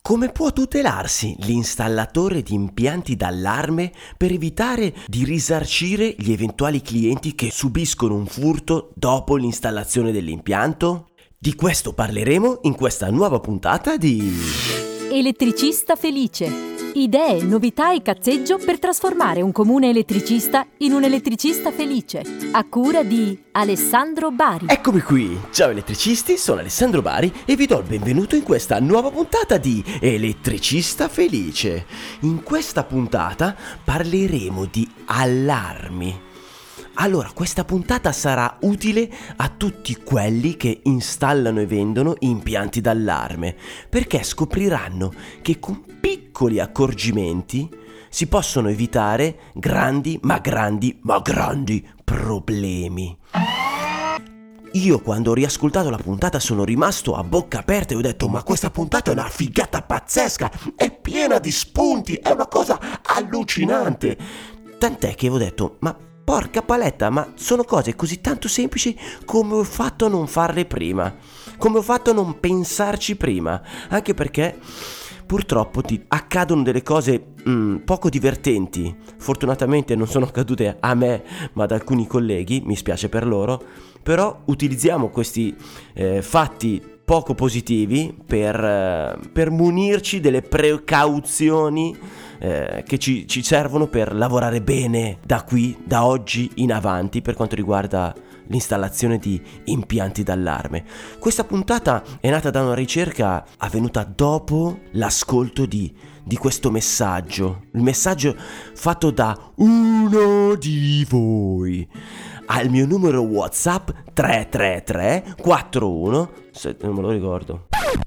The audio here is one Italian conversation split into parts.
Come può tutelarsi l'installatore di impianti d'allarme per evitare di risarcire gli eventuali clienti che subiscono un furto dopo l'installazione dell'impianto? Di questo parleremo in questa nuova puntata di Elettricista felice. Idee, novità e cazzeggio per trasformare un comune elettricista in un elettricista felice. A cura di Alessandro Bari. Eccomi qui, ciao elettricisti, sono Alessandro Bari e vi do il benvenuto in questa nuova puntata di Elettricista Felice. In questa puntata parleremo di allarmi. Allora, questa puntata sarà utile a tutti quelli che installano e vendono impianti d'allarme, perché scopriranno che con piccoli accorgimenti si possono evitare grandi problemi. Io quando ho riascoltato la puntata sono rimasto a bocca aperta e ho detto: ma questa puntata è una figata pazzesca, è piena di spunti, è una cosa allucinante. Tant'è che ho detto: ma porca paletta, ma sono cose così tanto semplici, come ho fatto a non farle prima? Come ho fatto a non pensarci prima? Anche perché purtroppo ti accadono delle cose poco divertenti. Fortunatamente non sono accadute a me, ma ad alcuni colleghi, mi spiace per loro. Però utilizziamo questi fatti poco positivi per munirci delle precauzioni che ci servono per lavorare bene da oggi in avanti per quanto riguarda l'installazione di impianti d'allarme. Questa puntata è nata da una ricerca avvenuta dopo l'ascolto di questo messaggio, il messaggio fatto da uno di voi al mio numero WhatsApp 333 41 non me lo ricordo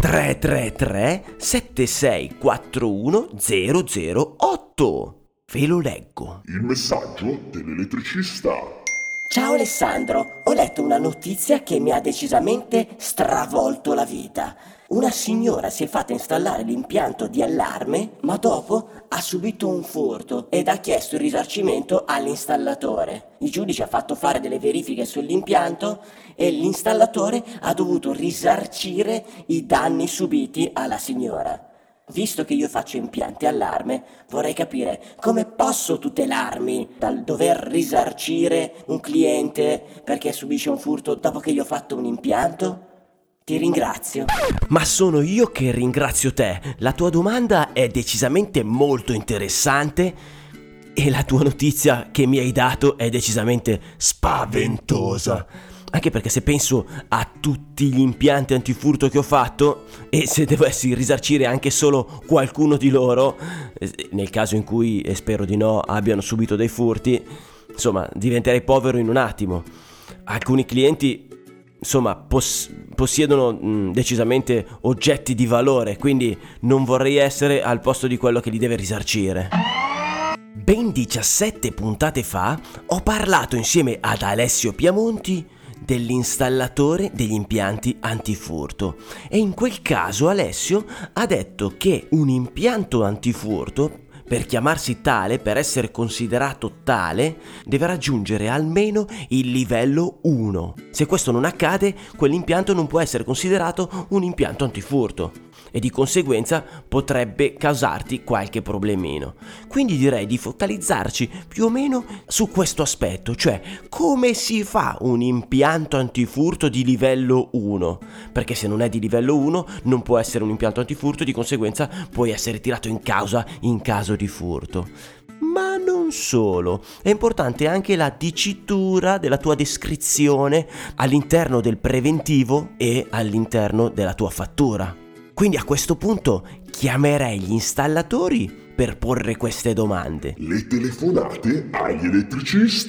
333 7641 008. Ve lo leggo. Il messaggio dell'elettricista. Ciao Alessandro, ho letto una notizia che mi ha decisamente stravolto la vita. Una signora si è fatta installare l'impianto di allarme, ma dopo ha subito un furto ed ha chiesto il risarcimento all'installatore. Il giudice ha fatto fare delle verifiche sull'impianto e l'installatore ha dovuto risarcire i danni subiti alla signora. Visto che io faccio impianti allarme, vorrei capire come posso tutelarmi dal dover risarcire un cliente perché subisce un furto dopo che io ho fatto un impianto? Ti ringrazio. Ma sono io che ringrazio te. La tua domanda è decisamente molto interessante e la tua notizia che mi hai dato è decisamente spaventosa. Anche perché se penso a tutti gli impianti antifurto che ho fatto e se dovessi risarcire anche solo qualcuno di loro, nel caso in cui, e spero di no, abbiano subito dei furti, insomma, diventerei povero in un attimo. Alcuni clienti, insomma, possiedono decisamente oggetti di valore, quindi non vorrei essere al posto di quello che li deve risarcire. Ben 17 puntate fa ho parlato insieme ad Alessio Piamonti dell'installatore degli impianti antifurto e in quel caso Alessio ha detto che un impianto antifurto, per chiamarsi tale, per essere considerato tale, deve raggiungere almeno il livello 1. Se questo non accade, quell'impianto non può essere considerato un impianto antifurto e di conseguenza potrebbe causarti qualche problemino. Quindi direi di focalizzarci più o meno su questo aspetto, cioè come si fa un impianto antifurto di livello 1, perché se non è di livello 1 non può essere un impianto antifurto e di conseguenza puoi essere tirato in causa in caso di furto. Ma non solo, è importante anche la dicitura della tua descrizione all'interno del preventivo e all'interno della tua fattura. Quindi a questo punto chiamerei gli installatori per porre queste domande. Le telefonate agli elettricisti.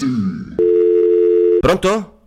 Pronto?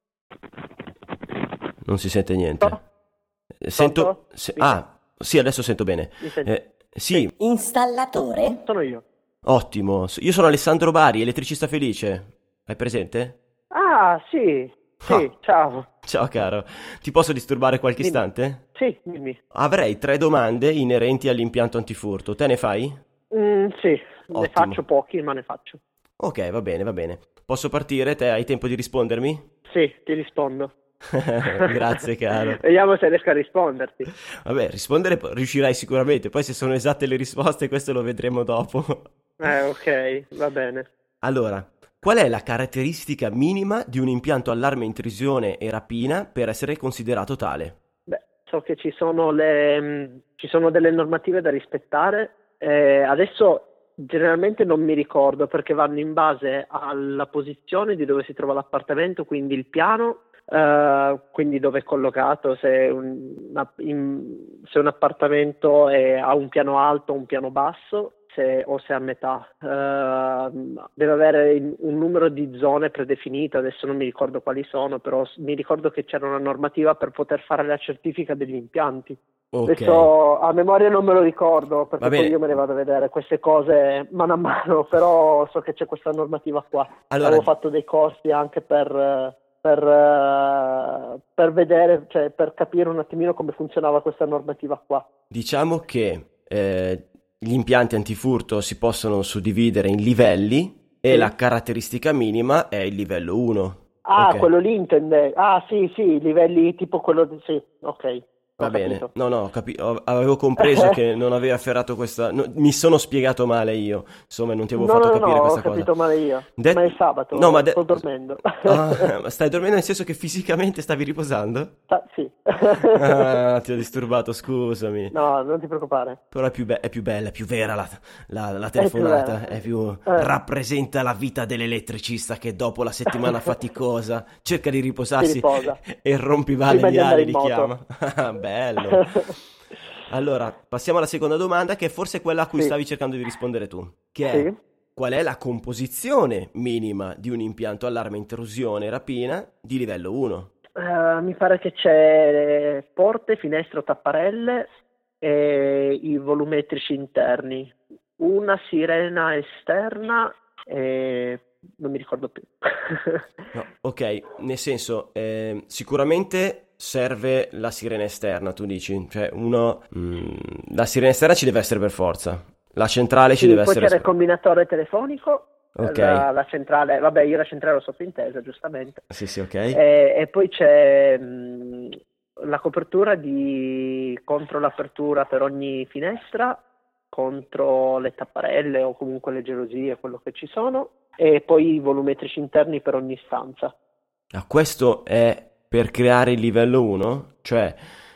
Non si sente niente. Sento... sì, adesso sento bene. Sì. Installatore? Sono io. Ottimo. Io sono Alessandro Bari, elettricista felice. Hai presente? Ah, sì. Sì, ciao. Ciao caro. Ti posso disturbare qualche istante? Sì, dimmi. Avrei 3 domande inerenti all'impianto antifurto. Te ne fai? Sì, Ottimo. ne faccio pochi, ma ne faccio. Ok, va bene, va bene. Posso partire? Te hai tempo di rispondermi? Sì, ti rispondo. Grazie, caro. Vediamo se riesco a risponderti. Vabbè, rispondere riuscirai sicuramente, poi se sono esatte le risposte questo lo vedremo dopo. Ok, va bene. Allora, qual è la caratteristica minima di un impianto allarme intrusione e rapina per essere considerato tale? Beh, so che ci sono delle normative da rispettare. Adesso generalmente non mi ricordo perché vanno in base alla posizione di dove si trova l'appartamento, quindi il piano, quindi dove è collocato, se un appartamento ha un piano alto o un piano basso, o se è a metà. Deve avere un numero di zone predefinito, adesso non mi ricordo quali sono, però mi ricordo che c'era una normativa per poter fare la certifica degli impianti. Ok. Adesso a memoria non me lo ricordo, perché Va bene. poi io me ne vado a vedere queste cose mano a mano, però so che c'è questa normativa qua. Allora- Avevo fatto dei corsi anche per vedere, cioè per capire un attimino come funzionava questa normativa qua. Diciamo che gli impianti antifurto si possono suddividere in livelli e Sì. la caratteristica minima è il livello 1. Ah, Ok. quello lì intende. Ah, sì, livelli tipo quello di... Sì, ok. Va Ho bene, capito. no, avevo compreso che non avevi afferrato questa... mi sono spiegato male io, insomma non ti avevo fatto capire ho questa capito cosa. male io. Det- Ma è sabato, No, ma sto dormendo. Ah, ma stai dormendo nel senso che fisicamente stavi riposando? Sì. Ah, ti ho disturbato, scusami. No, non ti preoccupare. Però è più bella, è più vera la telefonata, è più rappresenta la vita dell'elettricista che dopo la settimana faticosa cerca di riposarsi Si riposa. e il Prima rompivalle di andare li in moto. chiama. Bello. Allora, passiamo alla seconda domanda, che è forse quella a cui Sì. stavi cercando di rispondere tu, che è: Sì. qual è la composizione minima di un impianto allarme intrusione e rapina di livello 1? Mi pare che c'è porte, finestre o tapparelle e i volumetrici interni. Una sirena esterna e non mi ricordo più. No, ok, nel senso, sicuramente serve la sirena esterna, tu dici, cioè la sirena esterna ci deve essere per forza, la centrale ci Sì, deve poi essere... c'era il combinatore telefonico, Ok. la centrale, vabbè, io la centrale l'ho sottintesa, giustamente. Sì, ok. E poi c'è la copertura contro l'apertura per ogni finestra, contro le tapparelle o comunque le gelosie, quello che ci sono, e poi i volumetrici interni per ogni stanza. Ah, questo è per creare il livello 1? Cioè...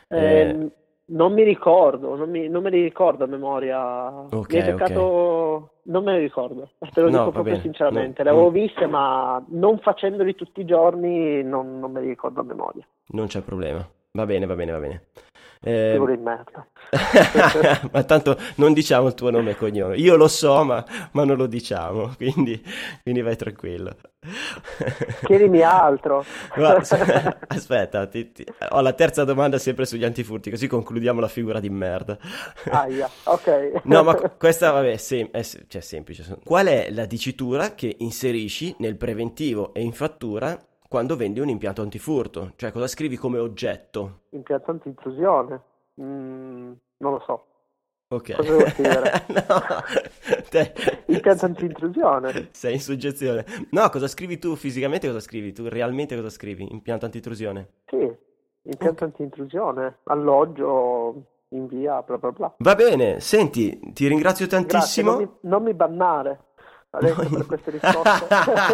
Non mi ricordo, non me li ricordo a memoria. Ok, Mi hai beccato... Non me li ricordo, te lo No, dico va proprio bene. sinceramente. No, Le avevo no. viste, ma non facendoli tutti i giorni non me li ricordo a memoria. Non c'è problema. Va bene. Figura di merda. Ma tanto non diciamo il tuo nome e cognome. Io lo so, ma non lo diciamo, quindi vai tranquillo. Chiedimi altro. Aspetta, ho la terza domanda sempre sugli antifurti, così concludiamo la figura di merda. Aia, ok. No, ma questa, vabbè, è semplice. Qual è la dicitura che inserisci nel preventivo e in fattura quando vendi un impianto antifurto? Cioè, cosa scrivi come oggetto? Impianto anti-intrusione? Non lo so. Ok. Cosa devo scrivere? No, Impianto anti-intrusione? sei in soggezione. No, cosa scrivi tu fisicamente? Cosa scrivi tu? Realmente cosa scrivi? Impianto antintrusione? Sì, impianto anti-intrusione. Alloggio in via, bla bla bla. Va bene, senti, ti ringrazio Grazie, tantissimo. non mi bannare adesso per queste risposte.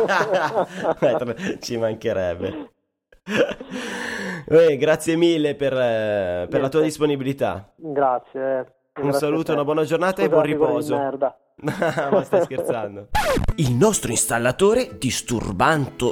Ci mancherebbe. Grazie mille per la tua disponibilità. Grazie. Un saluto, una buona giornata e buon riposo. Ma stai scherzando? Il nostro installatore, disturbato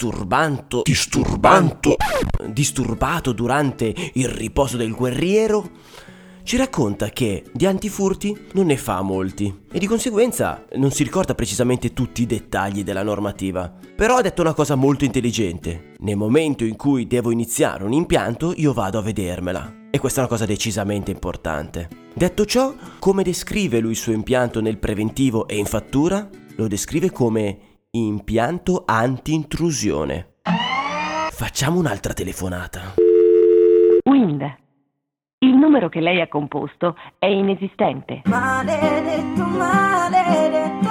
durante il riposo del guerriero, ci racconta che di antifurti non ne fa molti e di conseguenza non si ricorda precisamente tutti i dettagli della normativa. Però ha detto una cosa molto intelligente: nel momento in cui devo iniziare un impianto io vado a vedermela. E questa è una cosa decisamente importante. Detto ciò, come descrive lui il suo impianto nel preventivo e in fattura? Lo descrive come impianto anti-intrusione. Facciamo un'altra telefonata. Wind. Il numero che lei ha composto è inesistente. Maledetto, maledetto,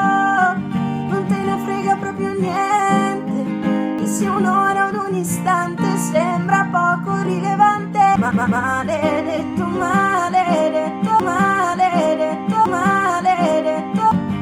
non te ne frega proprio niente, che sia un'ora o un istante. Napoli Levante. Maledetto, maledetto, maledetto, maledetto.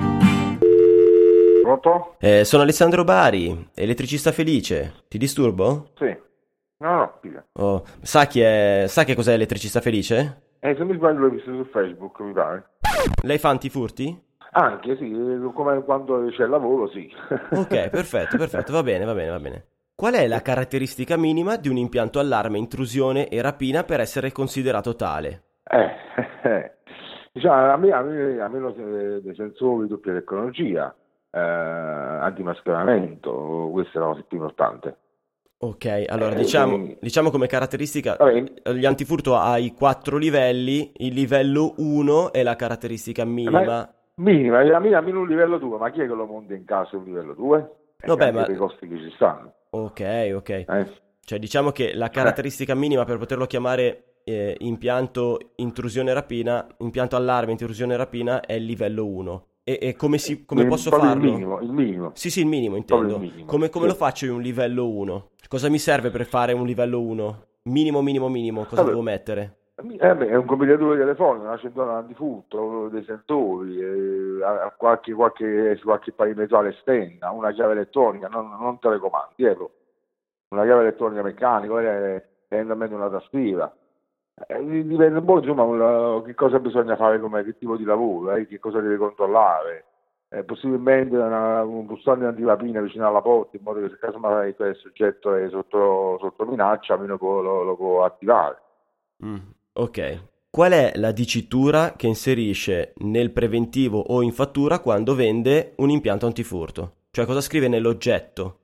Pronto? Sono Alessandro Bari, elettricista felice. Ti disturbo? Sì. No, figa. Oh, sa che cos'è elettricista felice? Se mi sbaglio l'ho visto su Facebook, mi pare. Lei fa antifurti? Anche, sì, come quando c'è il lavoro, sì. Ok, perfetto, va bene. Qual è la caratteristica minima di un impianto allarme, intrusione e rapina per essere considerato tale? Diciamo, a me dei sensori, doppia tecnologia, antimascheramento, questa è la cosa più importante. Ok, allora diciamo come caratteristica, gli antifurto hai 4 livelli, il livello 1 è la caratteristica minima. Minima, almeno un livello 2, ma chi è che lo monta in casa un livello 2? Vabbè, ma i costi che ci stanno. Ok. Cioè diciamo che la caratteristica minima per poterlo chiamare impianto intrusione rapina, impianto allarme intrusione rapina è il livello 1. E come posso farlo? Il minimo. Sì, il minimo intendo. Il minimo. Come lo faccio in un livello 1? Cosa mi serve per fare un livello 1? Minimo, cosa devo mettere? È un combinatore telefonico, una centrale antifurto, dei sensori, qualche perimetrale esterna, una chiave elettronica, non telecomandi, una chiave elettronica meccanica, eventualmente una tastiera. Dipende un po', insomma, che cosa bisogna fare, che tipo di lavoro, che cosa deve controllare. Possibilmente un pulsante antirapina vicino alla porta, in modo che se caso magari quel soggetto è sotto minaccia, almeno lo può attivare. Ok. Qual è la dicitura che inserisce nel preventivo o in fattura quando vende un impianto antifurto? Cioè cosa scrive nell'oggetto?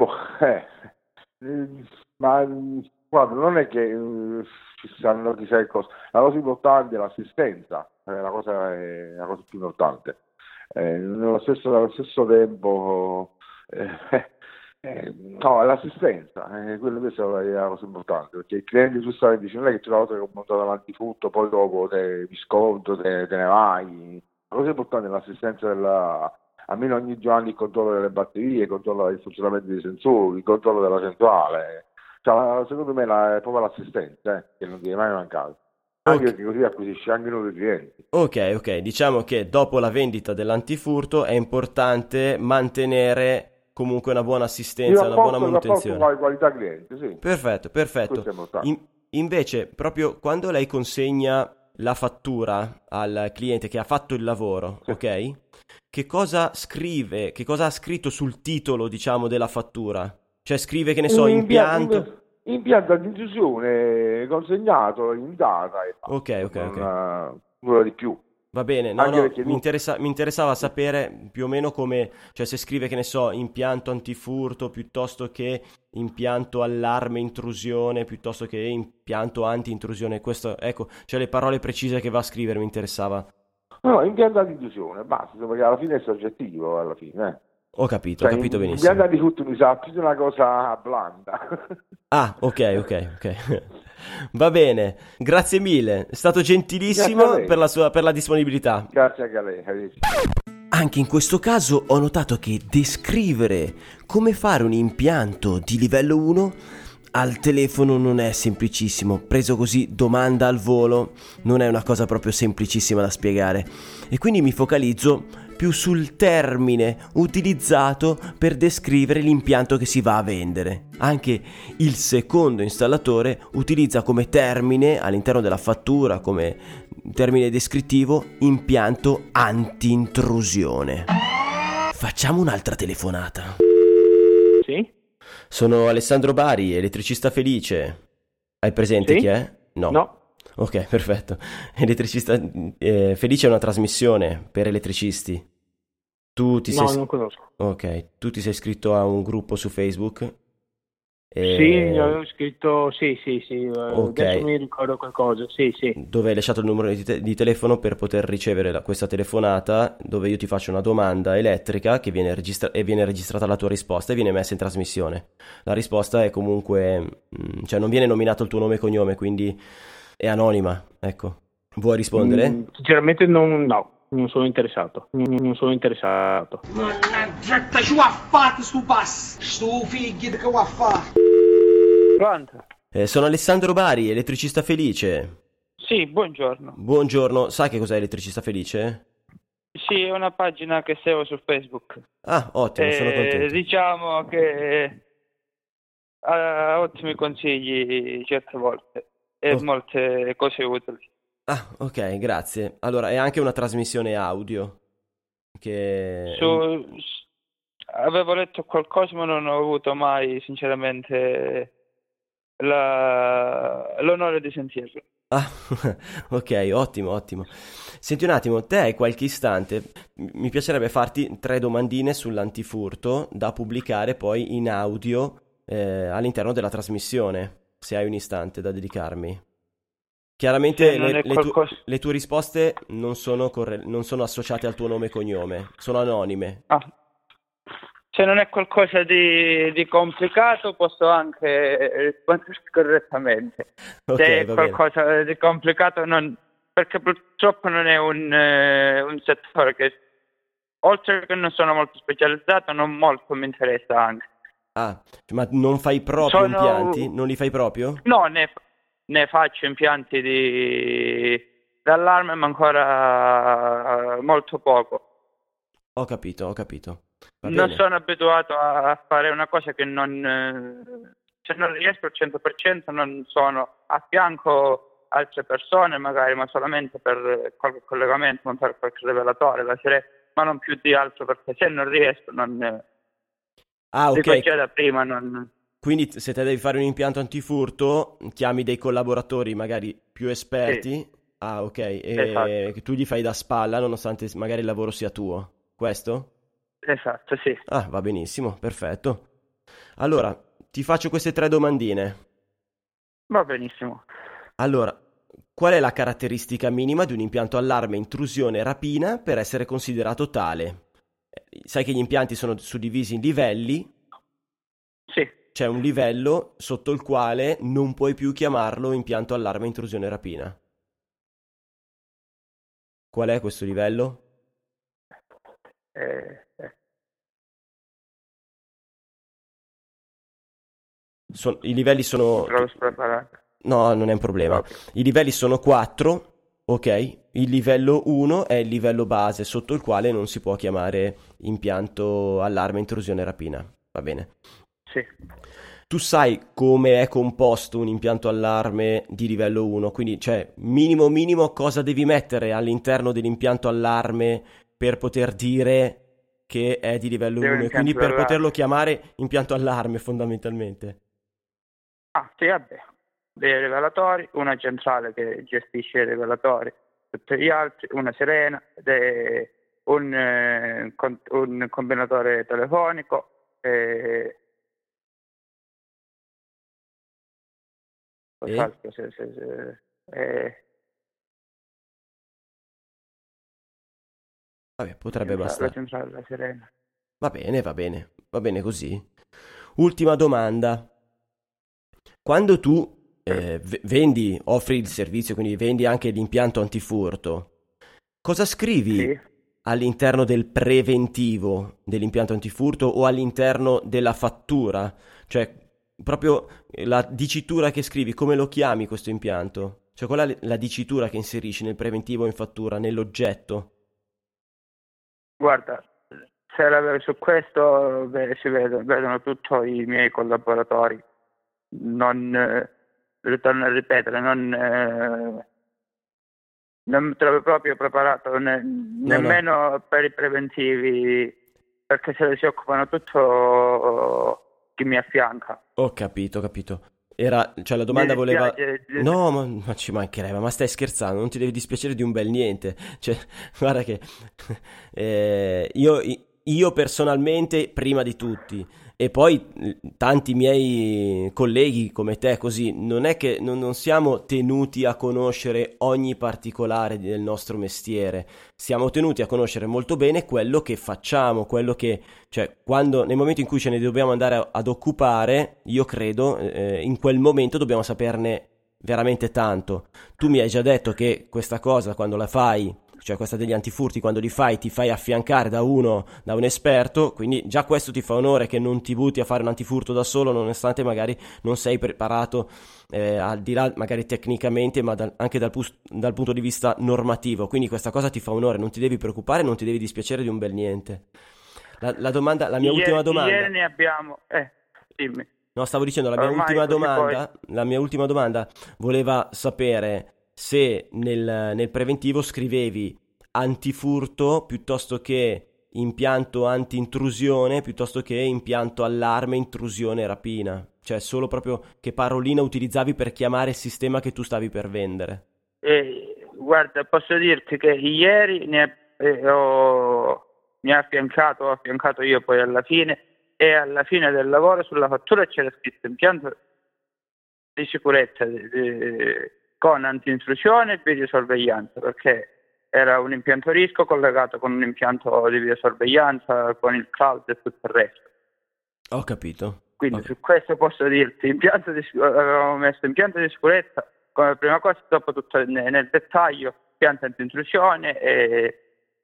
Ma guarda, non è che ci sanno chissà cosa. La cosa importante è l'assistenza, la cosa più importante. Allo stesso tempo l'assistenza, questa è la cosa importante, perché il cliente giustamente dice non è che c'è una volta che ho montato l'antifurto poi dopo mi sconto, te ne vai. La cosa importante è l'assistenza almeno ogni giorno, il controllo delle batterie, il controllo del funzionamento dei sensori, il controllo della centrale. Cioè, secondo me è proprio l'assistenza che non deve mai mancare. Anche perché così acquisisci anche nuovi clienti. Ok, diciamo che dopo la vendita dell'antifurto è importante mantenere comunque una buona assistenza, una buona manutenzione. Il rapporto qualità cliente, sì. Perfetto. Invece, proprio quando lei consegna la fattura al cliente che ha fatto il lavoro, sì. Ok? Che cosa scrive, che cosa ha scritto sul titolo, diciamo, della fattura? Cioè scrive, che ne so, impianto di diffusione consegnato in data e ok. Nulla di più. Va bene, mi interessava sapere più o meno come, cioè se scrive, che ne so, impianto antifurto piuttosto che impianto allarme intrusione piuttosto che impianto anti-intrusione. Questo, ecco, cioè le parole precise che va a scrivere mi interessava. No, impianto anti-intrusione, basta, perché alla fine è soggettivo, alla fine. Ho capito benissimo. Impianto antifurto mi sa più di una cosa blanda. Ah, ok. Va bene, grazie mille, è stato gentilissimo per la disponibilità. Grazie anche a lei. Anche in questo caso ho notato che descrivere come fare un impianto di livello 1 al telefono non è semplicissimo, preso così domanda al volo non è una cosa proprio semplicissima da spiegare, e quindi mi focalizzo più sul termine utilizzato per descrivere l'impianto che si va a vendere. Anche il secondo installatore utilizza come termine all'interno della fattura, come termine descrittivo, impianto anti-intrusione. Facciamo un'altra telefonata. Sì? Sono Alessandro Bari, elettricista felice. Hai presente chi è? No. Ok, perfetto. Elettricista Felice è una trasmissione per elettricisti. Non conosco. Ok, tu ti sei iscritto a un gruppo su Facebook? Sì, ho scritto, sì. Ok. Adesso mi ricordo qualcosa, sì. Dove hai lasciato il numero di telefono per poter ricevere questa telefonata, dove io ti faccio una domanda elettrica che viene registrata la tua risposta e viene messa in trasmissione. La risposta è comunque, cioè non viene nominato il tuo nome e cognome, quindi è anonima, ecco. Vuoi rispondere? Sinceramente non sono interessato. Mannaggia, ci va a fare sto pass, sto figlio che va a fare. Pronto? Sono Alessandro Bari, elettricista felice. Sì, buongiorno. Buongiorno, sa che cos'è elettricista felice? Sì, è una pagina che seguo su Facebook. Ah, ottimo, sono contento. Diciamo che ha ottimi consigli certe volte e molte cose utili. Ah, ok, grazie. Allora, è anche una trasmissione audio che... Avevo letto qualcosa, ma non ho avuto mai, sinceramente, l'onore di sentirlo. Ah, ok, ottimo, ottimo. Senti un attimo, te hai qualche istante? Mi piacerebbe farti 3 domandine sull'antifurto da pubblicare poi in audio all'interno della trasmissione, se hai un istante da dedicarmi. Chiaramente le tue risposte non sono associate al tuo nome e cognome, sono anonime. Ah. Se non è qualcosa di complicato, posso anche rispondere correttamente. Okay, se è qualcosa di complicato, perché purtroppo non è un settore che, oltre che non sono molto specializzato, non molto mi interessa anche. Ah, ma non fai proprio impianti? Non li fai proprio? No, ne faccio impianti d'allarme, ma ancora molto poco. Ho capito. Non sono abituato a fare una cosa che se non riesco al 100% non sono a fianco altre persone magari, ma solamente per qualche collegamento, montare qualche rivelatore, ma non più di altro, perché se non riesco ok. Già da prima non... Quindi se te devi fare un impianto antifurto, chiami dei collaboratori magari più esperti. Sì. Ah, ok, esatto. Che tu gli fai da spalla nonostante magari il lavoro sia tuo, questo? Esatto, sì. Ah, va benissimo, perfetto. Allora, ti faccio queste 3 domandine. Va benissimo. Allora, qual è la caratteristica minima di un impianto allarme intrusione rapina per essere considerato tale? Sai che gli impianti sono suddivisi in livelli? Sì. C'è un livello sotto il quale non puoi più chiamarlo impianto allarme intrusione rapina. Qual è questo livello? I livelli sono... No, non è un problema. Okay. I livelli sono 4, ok? Il livello 1 è il livello base sotto il quale non si può chiamare impianto allarme intrusione rapina. Va bene? Sì. Tu sai come è composto un impianto allarme di livello 1, quindi cioè minimo cosa devi mettere all'interno dell'impianto allarme per poter dire che è di livello 1 e quindi per poterlo chiamare impianto allarme fondamentalmente. Ah, sì, vabbè. Dei rivelatori, una centrale che gestisce i rivelatori, tutti gli altri, una sirena, un combinatore telefonico Vabbè, potrebbe bastare. La centrale, la sirena. Va bene così. Ultima domanda. Quando tu offri il servizio, quindi vendi anche l'impianto antifurto, cosa scrivi all'interno del preventivo dell'impianto antifurto o all'interno della fattura? Cioè, proprio la dicitura che scrivi, come lo chiami questo impianto? Cioè, qual è la dicitura che inserisci nel preventivo o in fattura, nell'oggetto? Guarda, su questo si vedono tutti i miei collaboratori. Non ritorno a ripetere, non mi trovo proprio preparato nemmeno per i preventivi, perché se ne si occupano tutto chi mi affianca. Ho capito. Cioè la domanda voleva... No, ma ci mancherebbe, ma stai scherzando, non ti devi dispiacere di un bel niente. Cioè, guarda che io personalmente, prima di tutti, e poi tanti miei colleghi come te, così, non è che non siamo tenuti a conoscere ogni particolare del nostro mestiere, siamo tenuti a conoscere molto bene quello che facciamo, quello che, cioè, nel momento in cui ce ne dobbiamo andare ad occupare, io credo, in quel momento dobbiamo saperne veramente tanto. Tu mi hai già detto che questa cosa, quando la fai, cioè questa degli antifurti, quando li fai ti fai affiancare da un esperto, quindi già questo ti fa onore che non ti butti a fare un antifurto da solo, nonostante magari non sei preparato al di là magari tecnicamente, ma anche dal punto di vista normativo, quindi questa cosa ti fa onore, non ti devi preoccupare, non ti devi dispiacere di un bel niente. La mia ultima domanda. Ieri ne abbiamo, dimmi. No, stavo dicendo, la mia ultima domanda voleva sapere se nel preventivo scrivevi antifurto piuttosto che impianto anti-intrusione, piuttosto che impianto allarme, intrusione e rapina. Cioè solo proprio che parolina utilizzavi per chiamare il sistema che tu stavi per vendere. Guarda, posso dirti che ieri ho affiancato io poi alla fine, e alla fine del lavoro sulla fattura c'era scritto impianto di sicurezza con anti-intrusione e videosorveglianza, perché era un impianto risco collegato con un impianto di videosorveglianza, con il cloud e tutto il resto. Ho capito. Quindi su questo posso dirti, avevamo messo impianto di sicurezza come prima cosa, dopo tutto nel dettaglio, impianto anti-intrusione e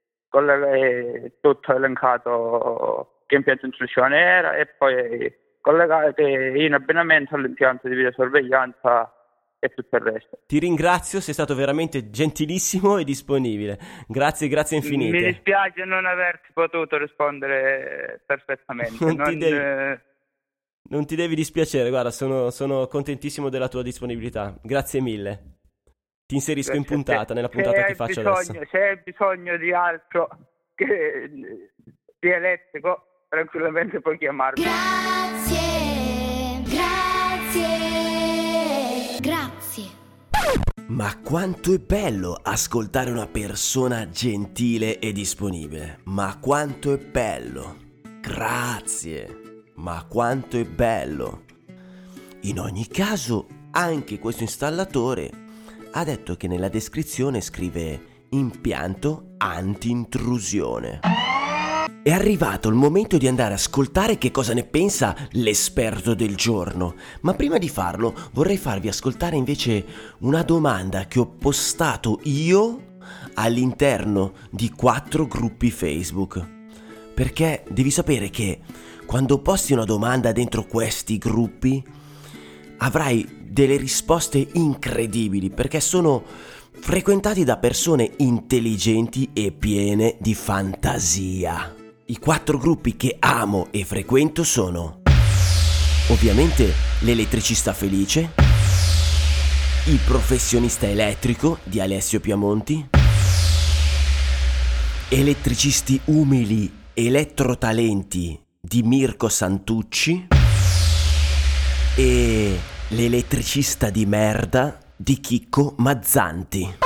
tutto elencato che impianto intrusione era, e poi collegate in abbinamento all'impianto di videosorveglianza e tutto il resto. Ti ringrazio, sei stato veramente gentilissimo e disponibile. Grazie infinite. Mi dispiace non averti potuto rispondere perfettamente. Non ti devi dispiacere, guarda, sono contentissimo della tua disponibilità. Grazie mille. Ti inserisco in puntata, nella puntata che faccio adesso. Se hai bisogno di altro di elettrico, tranquillamente puoi chiamarmi. Grazie. Ma quanto è bello ascoltare una persona gentile e disponibile. Ma quanto è bello. Grazie. Ma quanto è bello. In ogni caso, anche questo installatore ha detto che nella descrizione scrive impianto anti-intrusione. È arrivato il momento di andare a ascoltare che cosa ne pensa l'esperto del giorno, ma prima di farlo vorrei farvi ascoltare invece una domanda che ho postato io all'interno di 4 gruppi Facebook, perché devi sapere che quando posti una domanda dentro questi gruppi avrai delle risposte incredibili, perché sono frequentati da persone intelligenti e piene di fantasia. I 4 gruppi che amo e frequento sono ovviamente l'elettricista felice, il professionista elettrico di Alessio Piamonti, elettricisti umili elettrotalenti di Mirko Santucci e l'elettricista di merda di Chicco Mazzanti.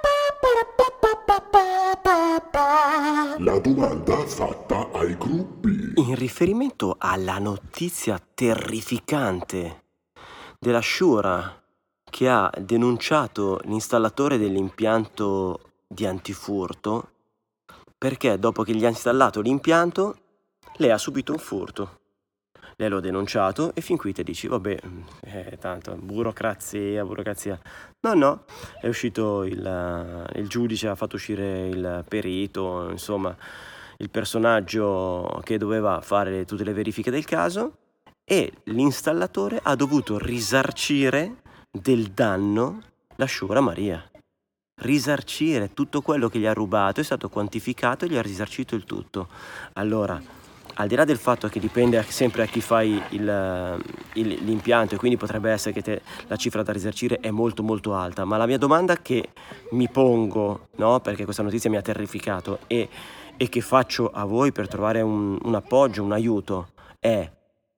La domanda fatta ai gruppi. In riferimento alla notizia terrificante della Shura che ha denunciato l'installatore dell'impianto di antifurto, perché dopo che gli ha installato l'impianto lei ha subito un furto. Lei lo ha denunciato e fin qui te dici vabbè, tanto burocrazia. No, è uscito il giudice, ha fatto uscire il perito, insomma il personaggio che doveva fare tutte le verifiche del caso, e l'installatore ha dovuto risarcire del danno la Shura Maria. Risarcire tutto quello che gli ha rubato, è stato quantificato e gli ha risarcito il tutto. Allora, al di là del fatto che dipende sempre a chi fai l'impianto, e quindi potrebbe essere che la cifra da risarcire è molto molto alta, ma la mia domanda che mi pongo, no, perché questa notizia mi ha terrificato e che faccio a voi per trovare un appoggio, un aiuto, è: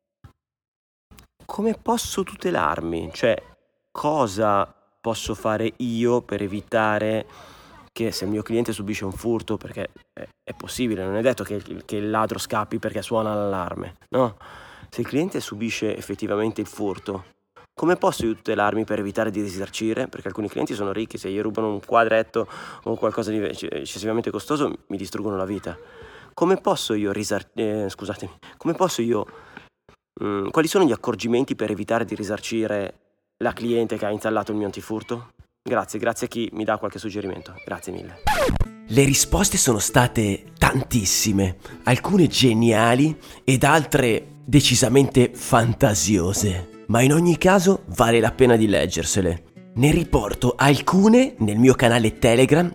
come posso tutelarmi? Cioè, cosa posso fare io per evitare che, se il mio cliente subisce un furto, perché è possibile, non è detto che il ladro scappi perché suona l'allarme, no? Se il cliente subisce effettivamente il furto, come posso io tutelarmi per evitare di risarcire? Perché alcuni clienti sono ricchi, se gli rubano un quadretto o qualcosa di eccessivamente costoso mi distruggono la vita. Come posso io quali sono gli accorgimenti per evitare di risarcire la cliente che ha installato il mio antifurto? Grazie a chi mi dà qualche suggerimento. Grazie mille. Le risposte sono state tantissime, alcune geniali ed altre decisamente fantasiose, ma in ogni caso vale la pena di leggersele. Ne riporto alcune nel mio canale Telegram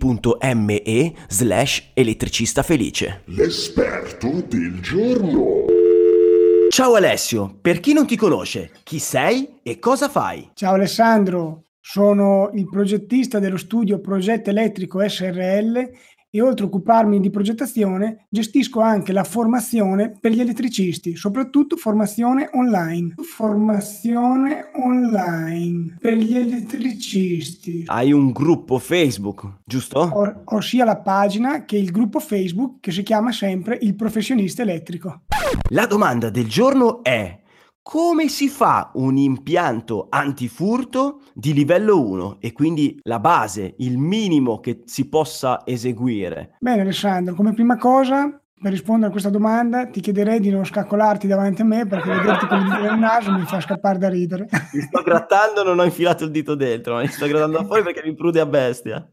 t.me/elettricistafelice. L'esperto del giorno. Ciao Alessio, per chi non ti conosce, chi sei e cosa fai? Ciao Alessandro, sono il progettista dello studio Progetto Elettrico SRL e oltre a occuparmi di progettazione gestisco anche la formazione per gli elettricisti, soprattutto formazione online. Formazione online per gli elettricisti. Hai un gruppo Facebook, giusto? Ho sia la pagina che il gruppo Facebook che si chiama sempre Il Professionista Elettrico. La domanda del giorno è: come si fa un impianto antifurto di livello 1 e quindi la base, il minimo che si possa eseguire? Bene Alessandro, come prima cosa, per rispondere a questa domanda ti chiederei di non scaccolarti davanti a me perché vederti con il dito nel naso mi fa scappare da ridere. Mi sto grattando, non ho infilato il dito dentro, ma mi sto grattando fuori perché mi prude a bestia.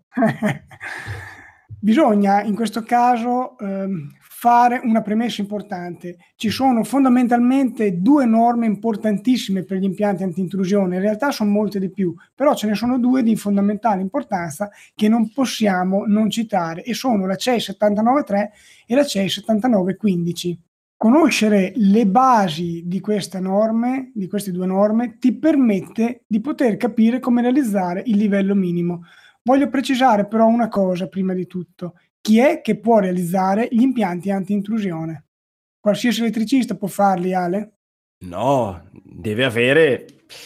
Bisogna in questo caso fare una premessa importante. Ci sono fondamentalmente due norme importantissime per gli impianti anti-intrusione, in realtà sono molte di più, però ce ne sono due di fondamentale importanza che non possiamo non citare e sono la CEI 79.3 e la CEI 79.15. Conoscere le basi di queste due norme, ti permette di poter capire come realizzare il livello minimo. Voglio precisare però una cosa prima di tutto. Chi è che può realizzare gli impianti anti-intrusione? Qualsiasi elettricista può farli, Ale? No, deve avere...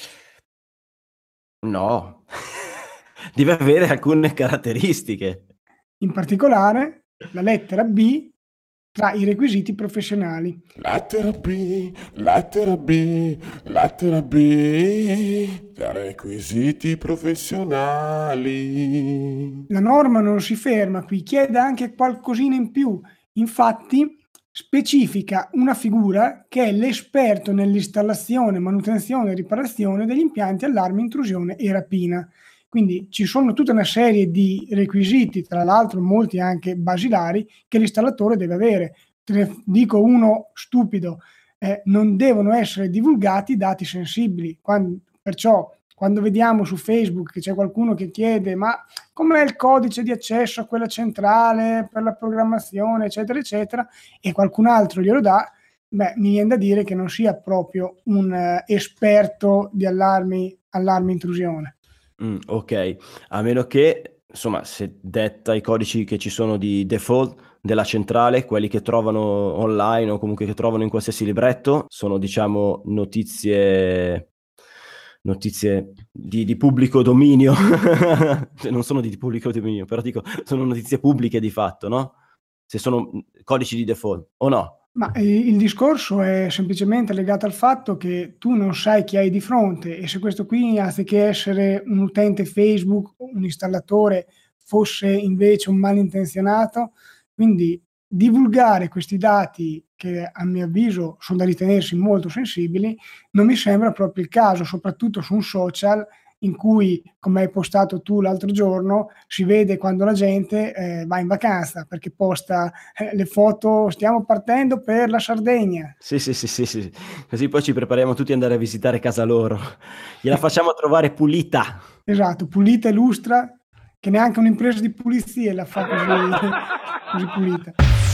No, deve avere alcune caratteristiche. In particolare, la lettera B tra i requisiti professionali. Lettera B, lettera B, lettera B, tra requisiti professionali. La norma non si ferma qui, chiede anche qualcosina in più. Infatti, specifica una figura che è l'esperto nell'installazione, manutenzione e riparazione degli impianti allarme, intrusione e rapina. Quindi ci sono tutta una serie di requisiti, tra l'altro molti anche basilari, che l'installatore deve avere. Te ne dico uno stupido, non devono essere divulgati dati sensibili. Perciò quando vediamo su Facebook che c'è qualcuno che chiede ma com'è il codice di accesso a quella centrale per la programmazione, eccetera, eccetera, e qualcun altro glielo dà, mi viene da dire che non sia proprio un esperto di allarme intrusione. Ok, a meno che, insomma, se detta i codici che ci sono di default della centrale, quelli che trovano online o comunque che trovano in qualsiasi libretto, sono, diciamo, notizie di pubblico dominio. Non sono di pubblico dominio, però dico, sono notizie pubbliche di fatto, no? Se sono codici di default o no? Ma il discorso è semplicemente legato al fatto che tu non sai chi hai di fronte e se questo qui, anziché essere un utente Facebook, un installatore, fosse invece un malintenzionato, quindi divulgare questi dati che a mio avviso sono da ritenersi molto sensibili non mi sembra proprio il caso, soprattutto su un social in cui, come hai postato tu l'altro giorno, si vede quando la gente va in vacanza perché posta le foto, stiamo partendo per la Sardegna. Sì, così poi ci prepariamo tutti ad andare a visitare casa loro, gliela facciamo trovare pulita. Esatto, pulita e lustra, che neanche un'impresa di pulizie la fa così pulita.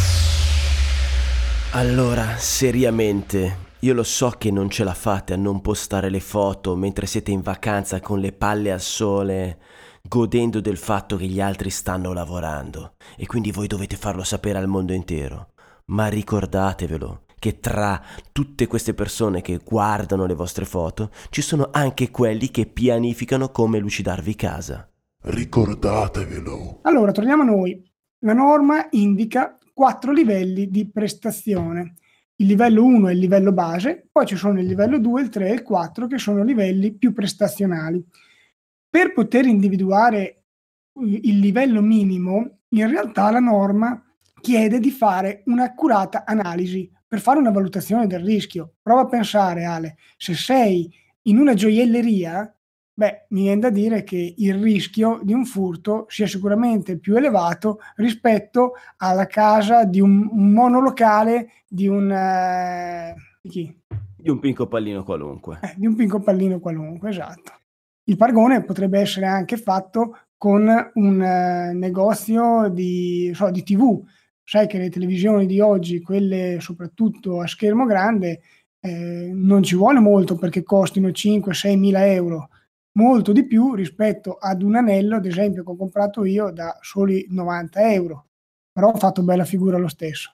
Allora, seriamente, io lo so che non ce la fate a non postare le foto mentre siete in vacanza con le palle al sole, godendo del fatto che gli altri stanno lavorando e quindi voi dovete farlo sapere al mondo intero. Ma ricordatevelo che tra tutte queste persone che guardano le vostre foto ci sono anche quelli che pianificano come lucidarvi casa. Ricordatevelo. Allora, torniamo a noi. La norma indica 4 livelli di prestazione. Il livello 1 è il livello base, poi ci sono il livello 2, il 3 e il 4 che sono livelli più prestazionali. Per poter individuare il livello minimo, in realtà la norma chiede di fare un'accurata analisi per fare una valutazione del rischio. Prova a pensare, Ale, se sei in una gioielleria, mi viene da dire che il rischio di un furto sia sicuramente più elevato rispetto alla casa di un monolocale di di chi? Di un pinco pallino qualunque. Di un pinco pallino qualunque, esatto. Il paragone potrebbe essere anche fatto con un negozio di TV. Sai che le televisioni di oggi, quelle soprattutto a schermo grande, non ci vuole molto perché costino 5-6 mila euro, molto di più rispetto ad un anello, ad esempio, che ho comprato io da soli 90 euro, però ho fatto bella figura lo stesso.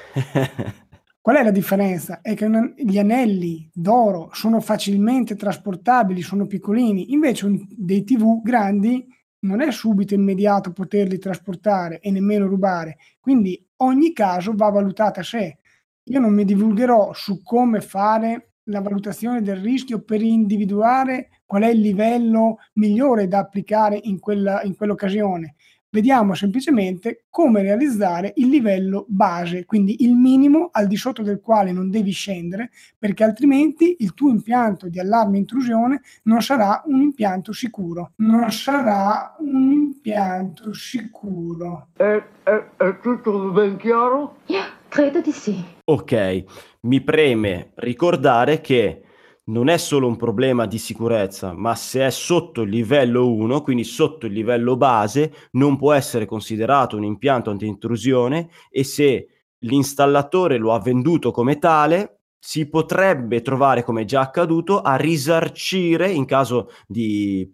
Qual è la differenza? È che gli anelli d'oro sono facilmente trasportabili, sono piccolini, invece dei TV grandi non è subito immediato poterli trasportare e nemmeno rubare, quindi ogni caso va valutato a sé. Io non mi divulgherò su come fare la valutazione del rischio per individuare qual è il livello migliore da applicare in quell'occasione. Vediamo semplicemente come realizzare il livello base, quindi il minimo al di sotto del quale non devi scendere, perché altrimenti il tuo impianto di allarme intrusione non sarà un impianto sicuro. Non sarà un impianto sicuro. È tutto ben chiaro? Credo di sì. Ok, mi preme ricordare che non è solo un problema di sicurezza, ma se è sotto il livello 1, quindi sotto il livello base, non può essere considerato un impianto anti-intrusione, e se l'installatore lo ha venduto come tale, si potrebbe trovare, come già accaduto, a risarcire, in caso di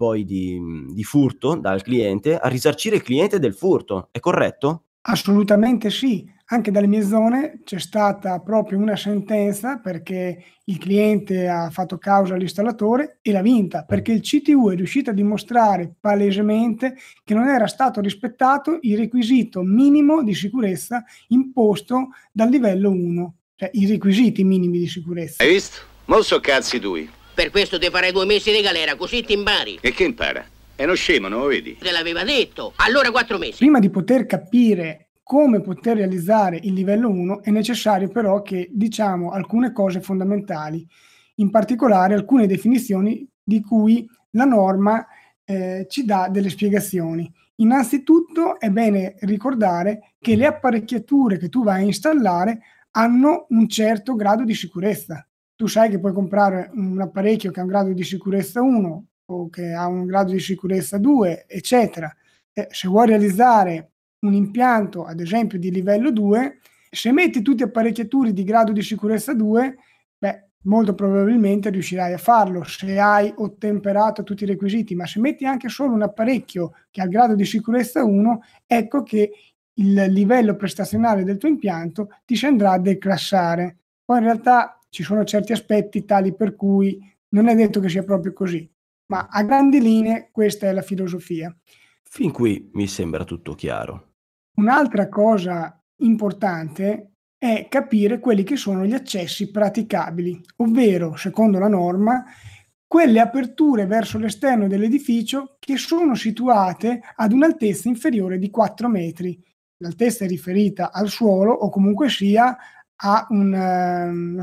furto dal cliente, a risarcire il cliente del furto. È corretto? Assolutamente sì. Anche dalle mie zone c'è stata proprio una sentenza perché il cliente ha fatto causa all'installatore e l'ha vinta, perché il CTU è riuscito a dimostrare palesemente che non era stato rispettato il requisito minimo di sicurezza imposto dal livello 1, cioè i requisiti minimi di sicurezza. Hai visto? Mo' so cazzi tui. Per questo ti farei 2 mesi di galera, così ti impari. E che impara? È uno scemo, non lo vedi? Te l'aveva detto. Allora 4 mesi. Prima di poter capire come poter realizzare il livello 1 è necessario però che diciamo alcune cose fondamentali, in particolare alcune definizioni di cui la norma ci dà delle spiegazioni. Innanzitutto è bene ricordare che le apparecchiature che tu vai a installare hanno un certo grado di sicurezza. Tu sai che puoi comprare un apparecchio che ha un grado di sicurezza 1 o che ha un grado di sicurezza 2, eccetera. Se vuoi realizzare un impianto, ad esempio, di livello 2, se metti tutte apparecchiature di grado di sicurezza 2, molto probabilmente riuscirai a farlo se hai ottemperato tutti i requisiti, ma se metti anche solo un apparecchio che ha il grado di sicurezza 1, ecco che il livello prestazionale del tuo impianto ti si andrà a declassare. Poi in realtà ci sono certi aspetti tali per cui non è detto che sia proprio così, ma a grandi linee questa è la filosofia. Fin qui mi sembra tutto chiaro. Un'altra cosa importante è capire quelli che sono gli accessi praticabili, ovvero, secondo la norma, quelle aperture verso l'esterno dell'edificio che sono situate ad un'altezza inferiore di 4 metri. L'altezza è riferita al suolo o comunque sia a un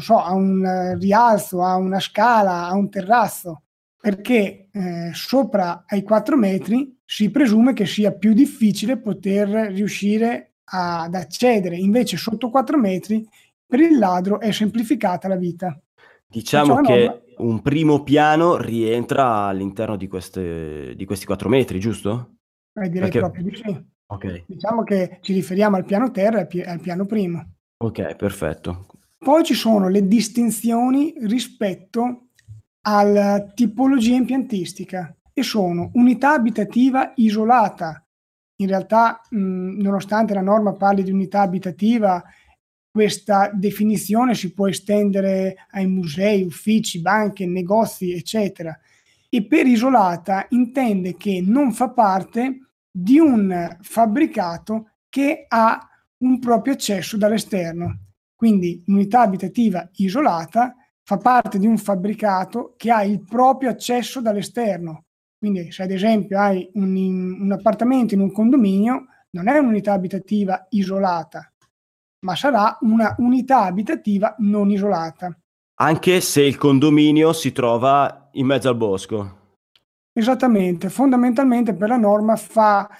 rialzo, a una scala, a un terrazzo, perché sopra ai 4 metri si presume che sia più difficile poter riuscire ad accedere, invece sotto 4 metri per il ladro è semplificata la vita. Diciamo che un primo piano rientra all'interno di questi 4 metri, giusto? Direi proprio di sì. Okay. Diciamo che ci riferiamo al piano terra e al piano primo. Ok, perfetto. Poi ci sono le distinzioni rispetto alla tipologia impiantistica e sono unità abitativa isolata. In realtà, nonostante la norma parli di unità abitativa, questa definizione si può estendere ai musei, uffici, banche, negozi, eccetera. E per isolata intende che non fa parte di un fabbricato che ha un proprio accesso dall'esterno. Quindi unità abitativa isolata fa parte di un fabbricato che ha il proprio accesso dall'esterno. Quindi se ad esempio hai un appartamento in un condominio, non è un'unità abitativa isolata, ma sarà una unità abitativa non isolata. Anche se il condominio si trova in mezzo al bosco. Esattamente, fondamentalmente per la norma fa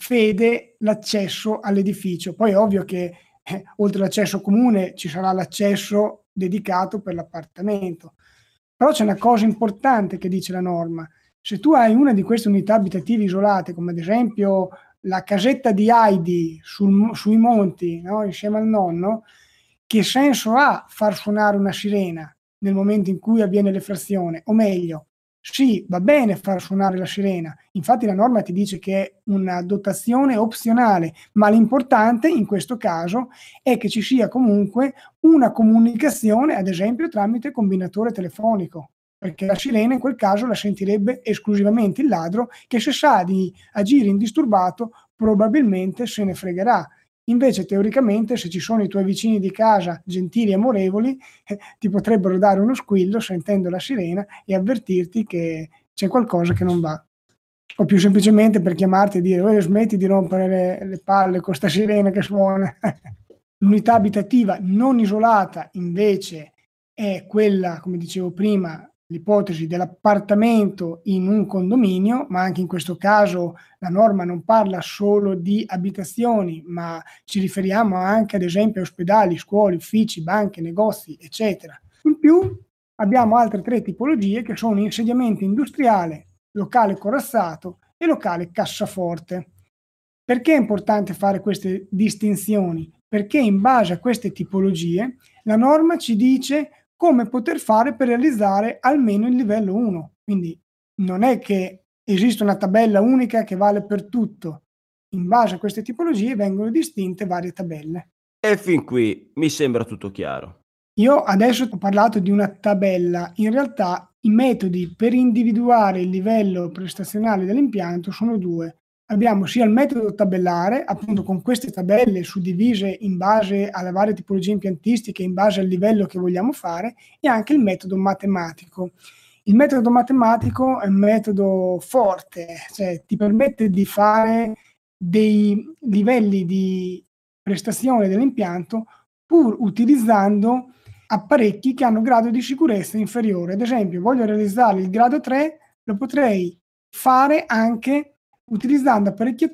fede l'accesso all'edificio. Poi è ovvio che oltre all'accesso comune ci sarà l'accesso dedicato per l'appartamento. Però c'è una cosa importante che dice la norma. Se tu hai una di queste unità abitative isolate, come ad esempio la casetta di Heidi sui monti, no? Insieme al nonno, che senso ha far suonare una sirena nel momento in cui avviene l'effrazione? O meglio, sì, va bene far suonare la sirena, infatti la norma ti dice che è una dotazione opzionale, ma l'importante in questo caso è che ci sia comunque una comunicazione, ad esempio tramite combinatore telefonico, perché la sirena in quel caso la sentirebbe esclusivamente il ladro, che se sa di agire indisturbato probabilmente se ne fregherà. Invece teoricamente se ci sono i tuoi vicini di casa gentili e amorevoli ti potrebbero dare uno squillo sentendo la sirena e avvertirti che c'è qualcosa che non va, o più semplicemente per chiamarti e dire smetti di rompere le palle con sta sirena che suona. L'unità abitativa non isolata invece è quella, come dicevo prima, l'ipotesi dell'appartamento in un condominio, ma anche in questo caso la norma non parla solo di abitazioni, ma ci riferiamo anche ad esempio a ospedali, scuole, uffici, banche, negozi, eccetera. In più abbiamo altre 3 tipologie che sono insediamento industriale, locale corazzato e locale cassaforte. Perché è importante fare queste distinzioni? Perché in base a queste tipologie la norma ci dice come poter fare per realizzare almeno il livello 1. Quindi non è che esiste una tabella unica che vale per tutto. In base a queste tipologie vengono distinte varie tabelle. E fin qui mi sembra tutto chiaro. Io adesso ho parlato di una tabella, in realtà i metodi per individuare il livello prestazionale dell'impianto sono 2. Abbiamo sia il metodo tabellare, appunto con queste tabelle suddivise in base alle varie tipologie impiantistiche, in base al livello che vogliamo fare, e anche il metodo matematico. Il metodo matematico è un metodo forte, cioè ti permette di fare dei livelli di prestazione dell'impianto pur utilizzando apparecchi che hanno grado di sicurezza inferiore. Ad esempio, voglio realizzare il grado 3, lo potrei fare anche utilizzando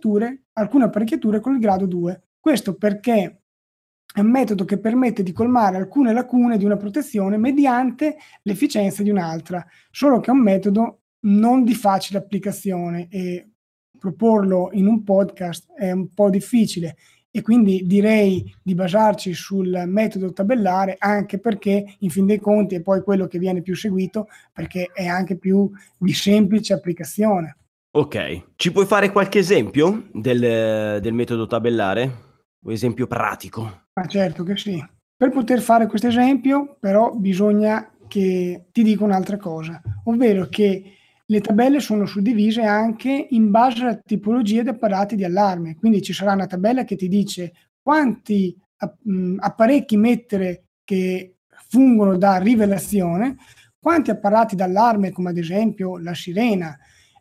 alcune apparecchiature con il grado 2. Questo perché è un metodo che permette di colmare alcune lacune di una protezione mediante l'efficienza di un'altra, solo che è un metodo non di facile applicazione e proporlo in un podcast è un po' difficile, e quindi direi di basarci sul metodo tabellare, anche perché in fin dei conti è poi quello che viene più seguito, perché è anche più di semplice applicazione. Ok, ci puoi fare qualche esempio del metodo tabellare? Un esempio pratico? Ma certo che sì. Per poter fare questo esempio, però, bisogna che ti dica un'altra cosa, ovvero che le tabelle sono suddivise anche in base alla tipologia di apparati di allarme. Quindi ci sarà una tabella che ti dice quanti apparecchi mettere che fungono da rivelazione, quanti apparati d'allarme, come ad esempio la sirena,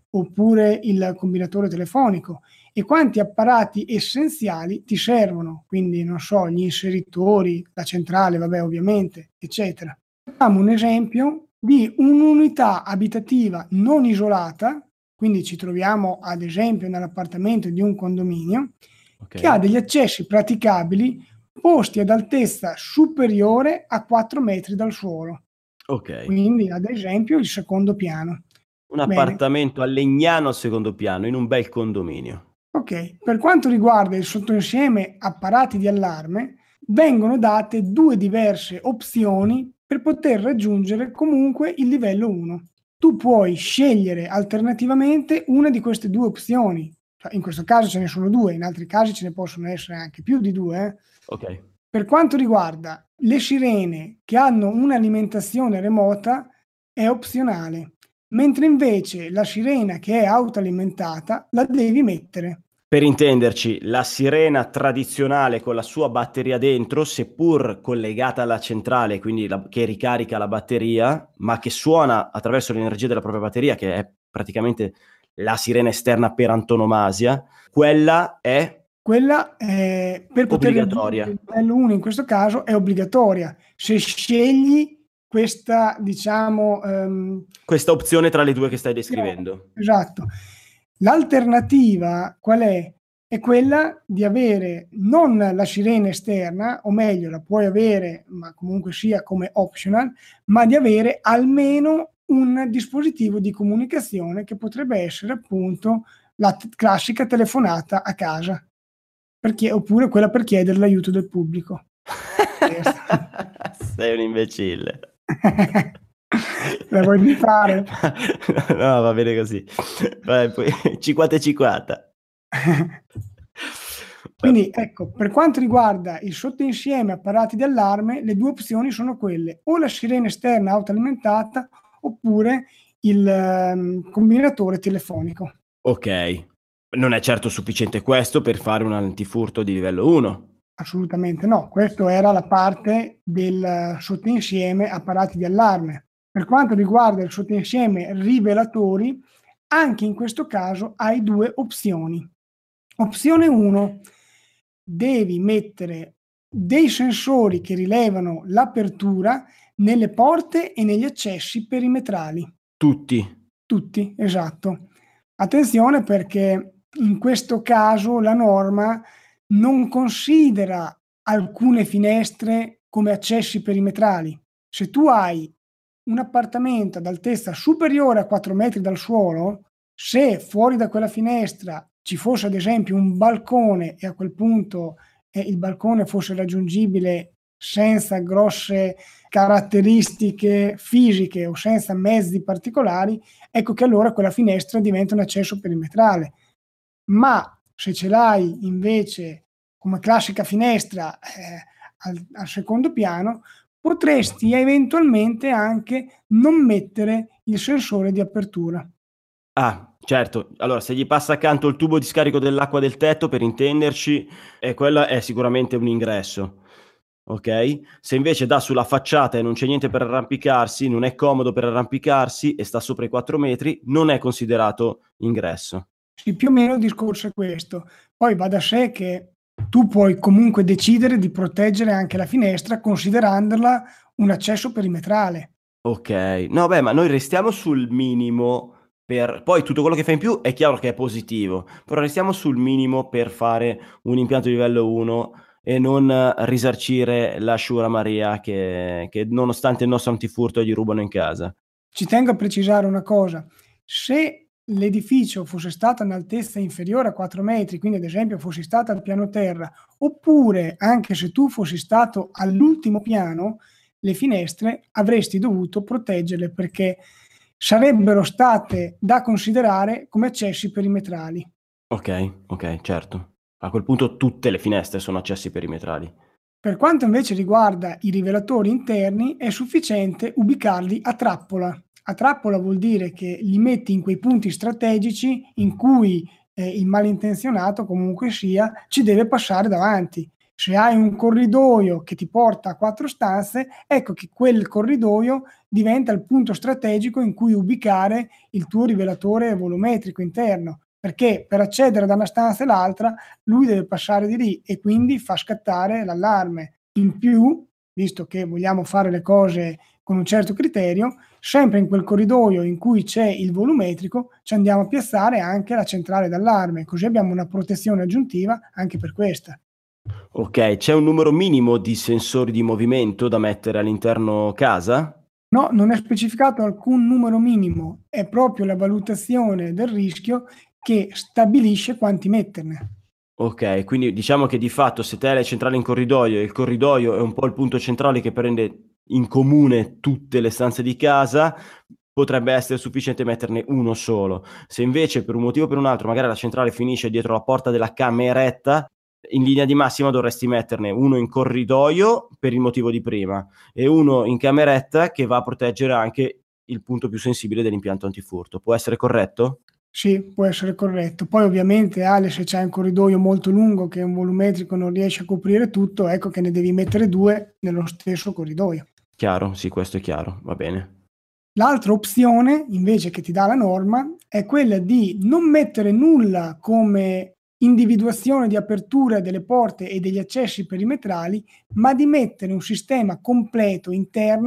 oppure il combinatore telefonico, e quanti apparati essenziali ti servono, quindi non so, gli inseritori, la centrale, vabbè, ovviamente, eccetera. Facciamo un esempio di un'unità abitativa non isolata, quindi ci troviamo ad esempio nell'appartamento di un condominio, che ha degli accessi praticabili posti ad altezza superiore a 4 metri dal suolo. Ok. Quindi ad esempio il secondo piano. Un appartamento a Legnano al secondo piano, in un bel condominio. Ok, per quanto riguarda il sottoinsieme apparati di allarme, vengono date 2 diverse opzioni per poter raggiungere comunque il livello 1. Tu puoi scegliere alternativamente una di queste 2 opzioni. In questo caso ce ne sono 2, in altri casi ce ne possono essere anche più di 2. Ok. Per quanto riguarda le sirene che hanno un'alimentazione remota, è opzionale. Mentre invece la sirena che è autoalimentata la devi mettere. Per intenderci, la sirena tradizionale con la sua batteria dentro, seppur collegata alla centrale, quindi che ricarica la batteria, ma che suona attraverso l'energia della propria batteria, che è praticamente la sirena esterna per antonomasia, quella è per poter obbligatoria. Il livello 1 in questo caso è obbligatoria. Se scegli questa, diciamo... questa opzione tra le due che stai descrivendo. Esatto. L'alternativa qual è? È quella di avere non la sirena esterna, o meglio, la puoi avere, ma comunque sia come optional, ma di avere almeno un dispositivo di comunicazione che potrebbe essere appunto la classica telefonata a casa, oppure quella per chiedere l'aiuto del pubblico. Sei un imbecille. La vuoi fare? No, va bene così. Vai, poi 50-50. Quindi ecco, per quanto riguarda il sottoinsieme apparati di allarme, le due opzioni sono quelle: o la sirena esterna autoalimentata oppure il combinatore telefonico. Ok, non è certo sufficiente questo per fare un antifurto di livello 1. Assolutamente no, questa era la parte del sottoinsieme apparati di allarme. Per quanto riguarda il sottoinsieme rivelatori, anche in questo caso hai due opzioni. Opzione 1: devi mettere dei sensori che rilevano l'apertura nelle porte e negli accessi perimetrali. Tutti, esatto. Attenzione, perché in questo caso la norma non considera alcune finestre come accessi perimetrali. Se tu hai un appartamento ad altezza superiore a 4 metri dal suolo, se fuori da quella finestra ci fosse ad esempio un balcone e a quel punto il balcone fosse raggiungibile senza grosse caratteristiche fisiche o senza mezzi particolari, ecco che allora quella finestra diventa un accesso perimetrale. Ma se ce l'hai invece come classica finestra al secondo piano, potresti eventualmente anche non mettere il sensore di apertura. Ah, certo. Allora, se gli passa accanto il tubo di scarico dell'acqua del tetto, per intenderci, quello è sicuramente un ingresso. Ok? Se invece dà sulla facciata e non c'è niente per arrampicarsi, non è comodo per arrampicarsi e sta sopra i 4 metri, non è considerato ingresso. Sì, più o meno il discorso è questo. Poi va da sé che tu puoi comunque decidere di proteggere anche la finestra considerandola un accesso perimetrale. Ok, no beh, ma noi restiamo sul minimo poi tutto quello che fa in più è chiaro che è positivo, però restiamo sul minimo per fare un impianto di livello 1 e non risarcire la Sciura Maria che nonostante il nostro antifurto gli rubano in casa. Ci tengo a precisare una cosa: se l'edificio fosse stato in altezza inferiore a 4 metri, quindi ad esempio fossi stato al piano terra, oppure anche se tu fossi stato all'ultimo piano, le finestre avresti dovuto proteggerle perché sarebbero state da considerare come accessi perimetrali. Ok, certo. A quel punto tutte le finestre sono accessi perimetrali. Per quanto invece riguarda i rivelatori interni, è sufficiente ubicarli a trappola. A trappola vuol dire che li metti in quei punti strategici in cui il malintenzionato, comunque sia, ci deve passare davanti. Se hai un corridoio che ti porta a 4 stanze, ecco che quel corridoio diventa il punto strategico in cui ubicare il tuo rivelatore volumetrico interno, perché per accedere da una stanza all'altra lui deve passare di lì e quindi fa scattare l'allarme. In più, visto che vogliamo fare le cose con un certo criterio, sempre in quel corridoio in cui c'è il volumetrico ci andiamo a piazzare anche la centrale d'allarme, così abbiamo una protezione aggiuntiva anche per questa. Ok, c'è un numero minimo di sensori di movimento da mettere all'interno casa? No, non è specificato alcun numero minimo, è proprio la valutazione del rischio che stabilisce quanti metterne. Ok, quindi diciamo che di fatto se te hai la centrale in corridoio e il corridoio è un po' il punto centrale che prende in comune tutte le stanze di casa, potrebbe essere sufficiente metterne uno solo. Se invece per un motivo o per un altro magari la centrale finisce dietro la porta della cameretta, in linea di massima dovresti metterne uno in corridoio per il motivo di prima e uno in cameretta che va a proteggere anche il punto più sensibile dell'impianto antifurto. Può essere corretto? Sì, può essere corretto. Poi ovviamente Ale, se c'è un corridoio molto lungo che un volumetrico non riesce a coprire tutto, ecco che ne devi mettere 2 nello stesso corridoio. Chiaro, sì, questo è chiaro, va bene. L'altra opzione invece che ti dà la norma è quella di non mettere nulla come individuazione di apertura delle porte e degli accessi perimetrali, ma di mettere un sistema completo interno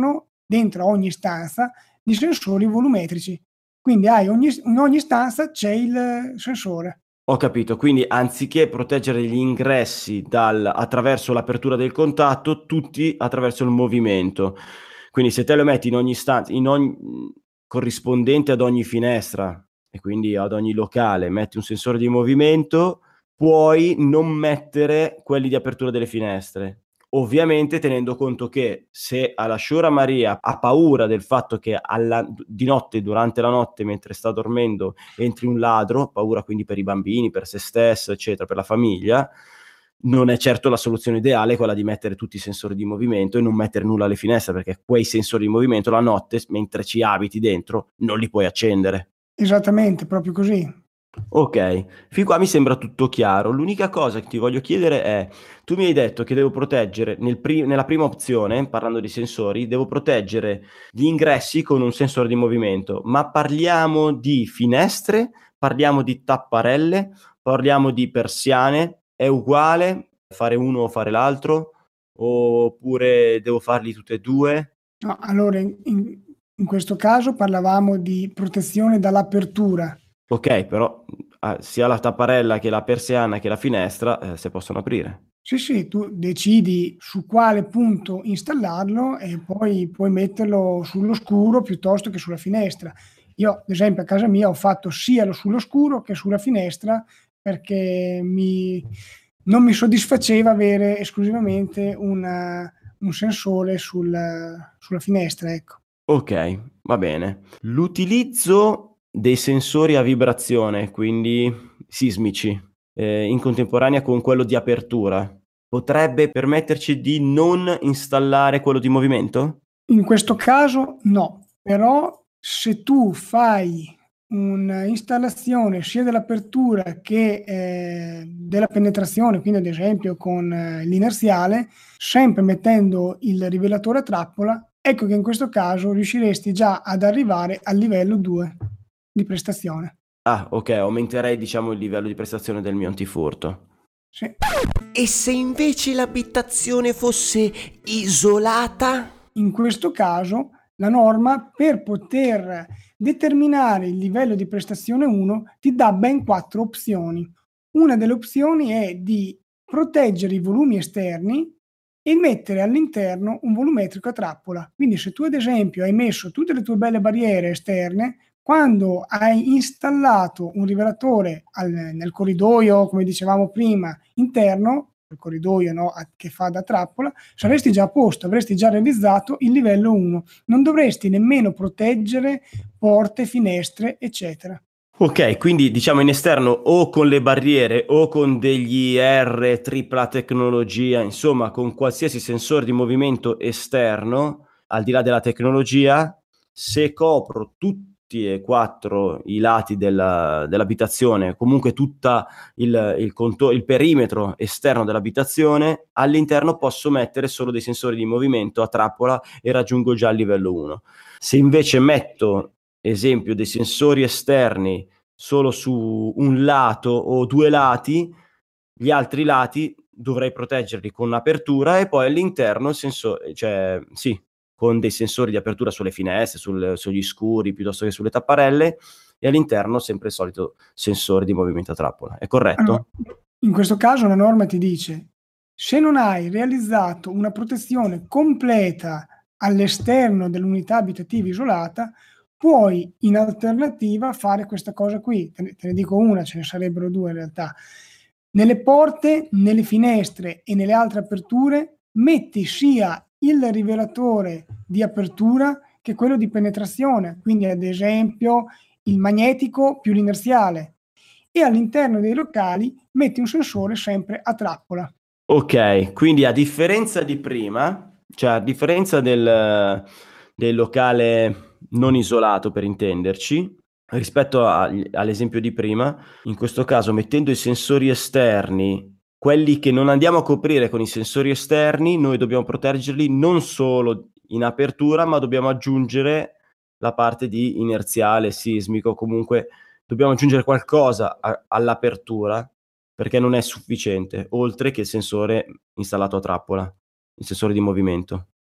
dentro ogni stanza di sensori volumetrici. Quindi in ogni stanza c'è il sensore. Ho capito, quindi anziché proteggere gli ingressi attraverso l'apertura del contatto, tutti attraverso il movimento. Quindi se te lo metti in ogni stanza, corrispondente ad ogni finestra e quindi ad ogni locale, metti un sensore di movimento, puoi non mettere quelli di apertura delle finestre. Ovviamente tenendo conto che se alla Sciora Maria ha paura del fatto che di notte, durante la notte, mentre sta dormendo, entri un ladro, paura quindi per i bambini, per se stesso, eccetera, per la famiglia, non è certo la soluzione ideale quella di mettere tutti i sensori di movimento e non mettere nulla alle finestre, perché quei sensori di movimento la notte, mentre ci abiti dentro, non li puoi accendere. Esattamente, proprio così. Ok, fin qua mi sembra tutto chiaro. L'unica cosa che ti voglio chiedere è, tu mi hai detto che devo proteggere, nella prima opzione, parlando di sensori, devo proteggere gli ingressi con un sensore di movimento, ma parliamo di finestre, parliamo di tapparelle, parliamo di persiane, è uguale fare uno o fare l'altro, oppure devo farli tutti e due? No, allora, in questo caso parlavamo di protezione dall'apertura. Ok, però sia la tapparella che la persiana che la finestra si possono aprire. Sì, tu decidi su quale punto installarlo e poi puoi metterlo sullo scuro piuttosto che sulla finestra. Io, ad esempio, a casa mia ho fatto sia sullo scuro che sulla finestra perché non mi soddisfaceva avere esclusivamente un sensore sulla finestra, ecco. Ok, va bene. L'utilizzo dei sensori a vibrazione, quindi sismici, in contemporanea con quello di apertura, potrebbe permetterci di non installare quello di movimento? In questo caso no, però se tu fai un'installazione sia dell'apertura che della penetrazione, quindi ad esempio con l'inerziale, sempre mettendo il rivelatore a trappola, ecco che in questo caso riusciresti già ad arrivare al livello 2 di prestazione. Ah, ok, aumenterei diciamo il livello di prestazione del mio antifurto. Sì. E se invece l'abitazione fosse isolata? In questo caso la norma, per poter determinare il livello di prestazione 1, ti dà ben 4 opzioni. Una delle opzioni è di proteggere i volumi esterni e mettere all'interno un volumetrico a trappola. Quindi se tu ad esempio hai messo tutte le tue belle barriere esterne, quando hai installato un rivelatore nel corridoio, come dicevamo prima, interno, il corridoio, no, che fa da trappola, saresti già a posto, avresti già realizzato il livello 1. Non dovresti nemmeno proteggere porte, finestre, eccetera. Ok, quindi diciamo in esterno o con le barriere o con degli IR tripla tecnologia, insomma con qualsiasi sensore di movimento esterno, al di là della tecnologia, se copro tutti e 4 i lati dell'abitazione, comunque tutta il perimetro esterno dell'abitazione, all'interno posso mettere solo dei sensori di movimento a trappola e raggiungo già il livello 1. Se invece metto esempio dei sensori esterni solo su un lato o 2 lati, gli altri lati dovrei proteggerli con un'apertura e poi all'interno con dei sensori di apertura sulle finestre, sugli scuri piuttosto che sulle tapparelle, e all'interno sempre il solito sensore di movimento a trappola. È corretto? Allora, in questo caso la norma ti dice: se non hai realizzato una protezione completa all'esterno dell'unità abitativa isolata, puoi in alternativa fare questa cosa qui. Te ne dico una, ce ne sarebbero 2 in realtà. Nelle porte, nelle finestre e nelle altre aperture metti sia il rivelatore di apertura che quello di penetrazione, quindi ad esempio il magnetico più l'inerziale, e all'interno dei locali metti un sensore sempre a trappola. Ok, quindi a differenza di prima, cioè a differenza del locale non isolato per intenderci, rispetto all'esempio di prima, in questo caso mettendo i sensori esterni, quelli che non andiamo a coprire con i sensori esterni, noi dobbiamo proteggerli non solo in apertura, ma dobbiamo aggiungere la parte di inerziale, sismico, comunque dobbiamo aggiungere qualcosa all'apertura perché non è sufficiente, oltre che il sensore installato a trappola, il sensore di movimento.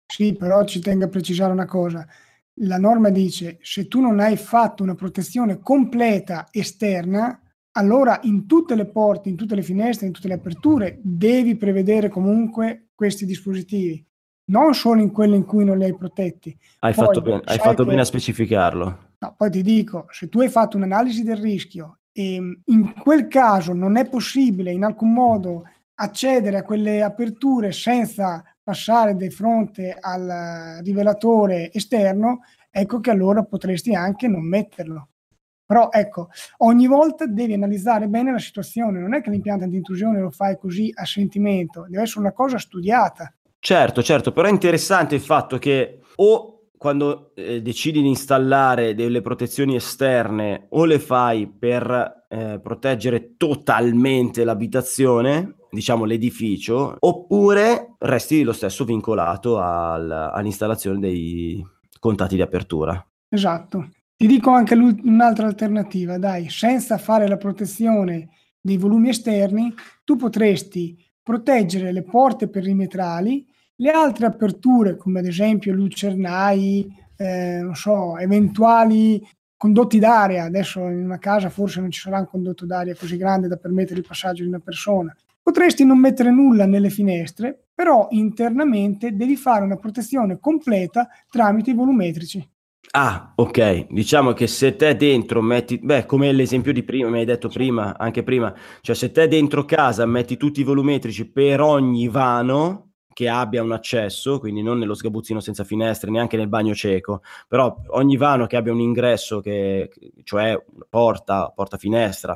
Sì, però ci tengo a precisare una cosa. La norma dice, se tu non hai fatto una protezione completa esterna, allora in tutte le porte, in tutte le finestre, in tutte le aperture, devi prevedere comunque questi dispositivi, non solo in quelle in cui non li hai protetti. Hai Poi, fatto bene, hai sai fatto che- bene a specificarlo. No, poi ti dico, se tu hai fatto un'analisi del rischio e in quel caso non è possibile in alcun modo accedere a quelle aperture senza passare di fronte al rivelatore esterno, ecco che allora potresti anche non metterlo. Però ecco, ogni volta devi analizzare bene la situazione, non è che l'impianto antintrusione lo fai così a sentimento, deve essere una cosa studiata. Certo, però è interessante il fatto che o quando decidi di installare delle protezioni esterne o le fai per proteggere totalmente l'abitazione, diciamo l'edificio, oppure resti lo stesso vincolato all'installazione dei contatti di apertura. Esatto. Ti dico anche un'altra alternativa, dai, senza fare la protezione dei volumi esterni, tu potresti proteggere le porte perimetrali, le altre aperture, come ad esempio lucernai, non so, eventuali condotti d'aria. Adesso in una casa forse non ci sarà un condotto d'aria così grande da permettere il passaggio di una persona. Potresti non mettere nulla nelle finestre, però internamente devi fare una protezione completa tramite i volumetrici. Ah, ok, diciamo che se te dentro metti, come l'esempio di prima, mi hai detto prima, anche prima, cioè se te dentro casa metti tutti i volumetrici per ogni vano che abbia un accesso, quindi non nello sgabuzzino senza finestre, neanche nel bagno cieco, però ogni vano che abbia un ingresso, cioè porta finestra,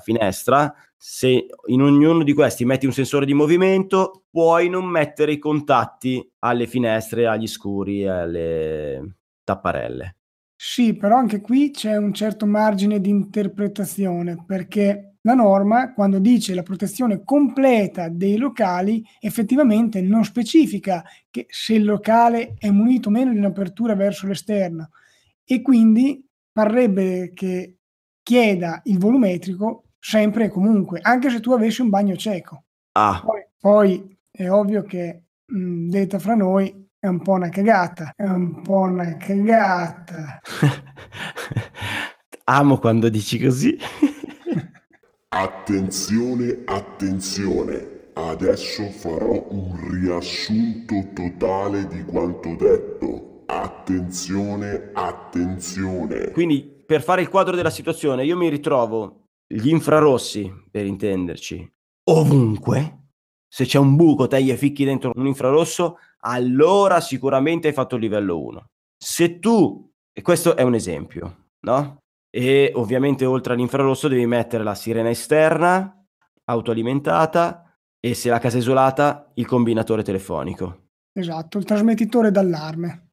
se in ognuno di questi metti un sensore di movimento, puoi non mettere i contatti alle finestre, agli scuri e alle tapparelle. Sì, però anche qui c'è un certo margine di interpretazione, perché la norma, quando dice la protezione completa dei locali, effettivamente non specifica che se il locale è munito o meno di un'apertura verso l'esterno, e quindi parrebbe che chieda il volumetrico sempre e comunque, anche se tu avessi un bagno cieco. Ah, Poi è ovvio che, detta fra noi, è un po' una cagata, Amo quando dici così. Attenzione, adesso farò un riassunto totale di quanto detto. Attenzione. Quindi, per fare il quadro della situazione, io mi ritrovo gli infrarossi, per intenderci, ovunque. Se c'è un buco, te gli ficchi dentro un infrarosso, allora sicuramente hai fatto il livello 1. Se tu, e questo è un esempio, no? E ovviamente oltre all'infrarosso devi mettere la sirena esterna, autoalimentata, e se la casa è isolata, il combinatore telefonico. Esatto, il trasmettitore d'allarme.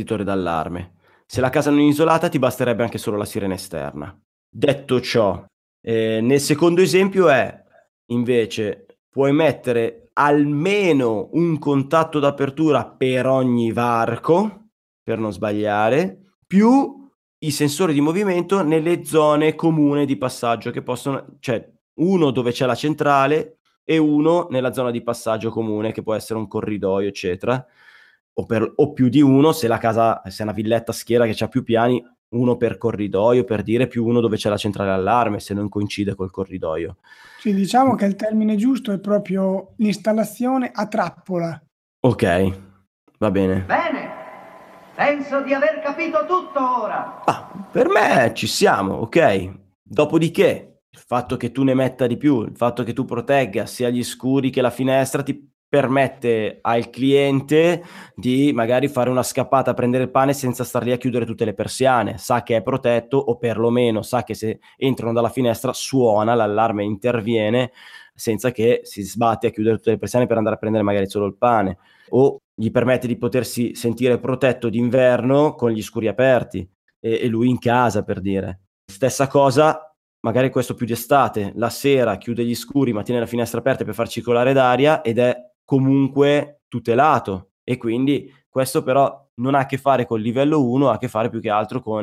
Se la casa non è isolata, ti basterebbe anche solo la sirena esterna. Detto ciò, nel secondo esempio invece, puoi mettere almeno un contatto d'apertura per ogni varco, per non sbagliare, più i sensori di movimento nelle zone comuni di passaggio, che possono, cioè uno dove c'è la centrale e uno nella zona di passaggio comune, che può essere un corridoio, eccetera, o più di uno se la casa, se è una villetta a schiera che ha più piani, uno per corridoio, per dire, più uno dove c'è la centrale allarme, se non coincide col corridoio. Sì, diciamo che il termine giusto è proprio l'installazione a trappola. Ok, va bene. Bene, penso di aver capito tutto ora. Per me ci siamo, ok. Dopodiché, il fatto che tu ne metta di più, il fatto che tu protegga sia gli scuri che la finestra, ti permette al cliente di magari fare una scappata a prendere il pane senza star lì a chiudere tutte le persiane. Sa che è protetto, o perlomeno sa che se entrano dalla finestra suona, l'allarme interviene senza che si sbatte a chiudere tutte le persiane per andare a prendere magari solo il pane, o gli permette di potersi sentire protetto d'inverno con gli scuri aperti e lui in casa, per dire. Stessa cosa, magari questo più d'estate, la sera chiude gli scuri ma tiene la finestra aperta per far circolare d'aria ed è comunque tutelato, e quindi questo però non ha a che fare col livello 1, ha a che fare più che altro con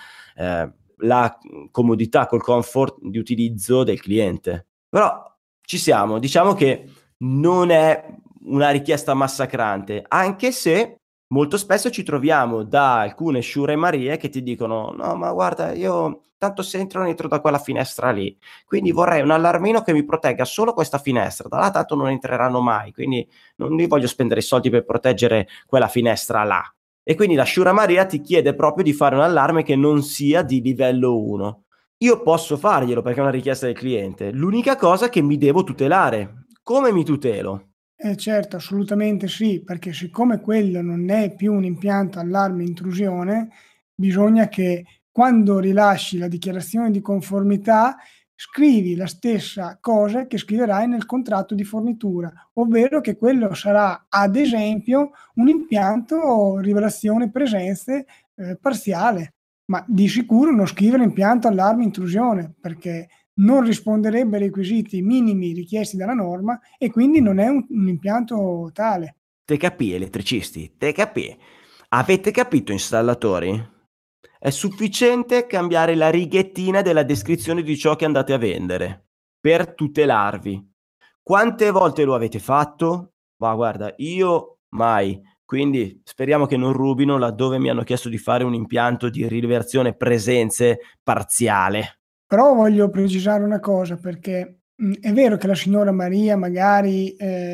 la comodità, col comfort di utilizzo del cliente. Però ci siamo, diciamo che non è una richiesta massacrante, anche se molto spesso ci troviamo da alcune Shure Marie che ti dicono: no, ma guarda, io tanto se entro da quella finestra lì, quindi vorrei un allarmino che mi protegga solo questa finestra, da là tanto non entreranno mai, quindi non mi voglio spendere i soldi per proteggere quella finestra là. E quindi la Shure Maria ti chiede proprio di fare un allarme che non sia di livello 1. Io posso farglielo perché è una richiesta del cliente, l'unica cosa è che mi devo tutelare. Come mi tutelo? Certo, assolutamente sì, perché siccome quello non è più un impianto allarme intrusione, bisogna che quando rilasci la dichiarazione di conformità scrivi la stessa cosa che scriverai nel contratto di fornitura, ovvero che quello sarà, ad esempio, un impianto rivelazione presenze parziale, ma di sicuro non scrivere impianto allarme intrusione, perché non risponderebbe ai requisiti minimi richiesti dalla norma e quindi non è un impianto tale. Te capì, elettricisti? Te capì? Avete capito, installatori? È sufficiente cambiare la righettina della descrizione di ciò che andate a vendere per tutelarvi. Quante volte lo avete fatto? Ma guarda, io mai. Quindi speriamo che non rubino laddove mi hanno chiesto di fare un impianto di rilevazione presenze parziale. Però voglio precisare una cosa, perché è vero che la signora Maria magari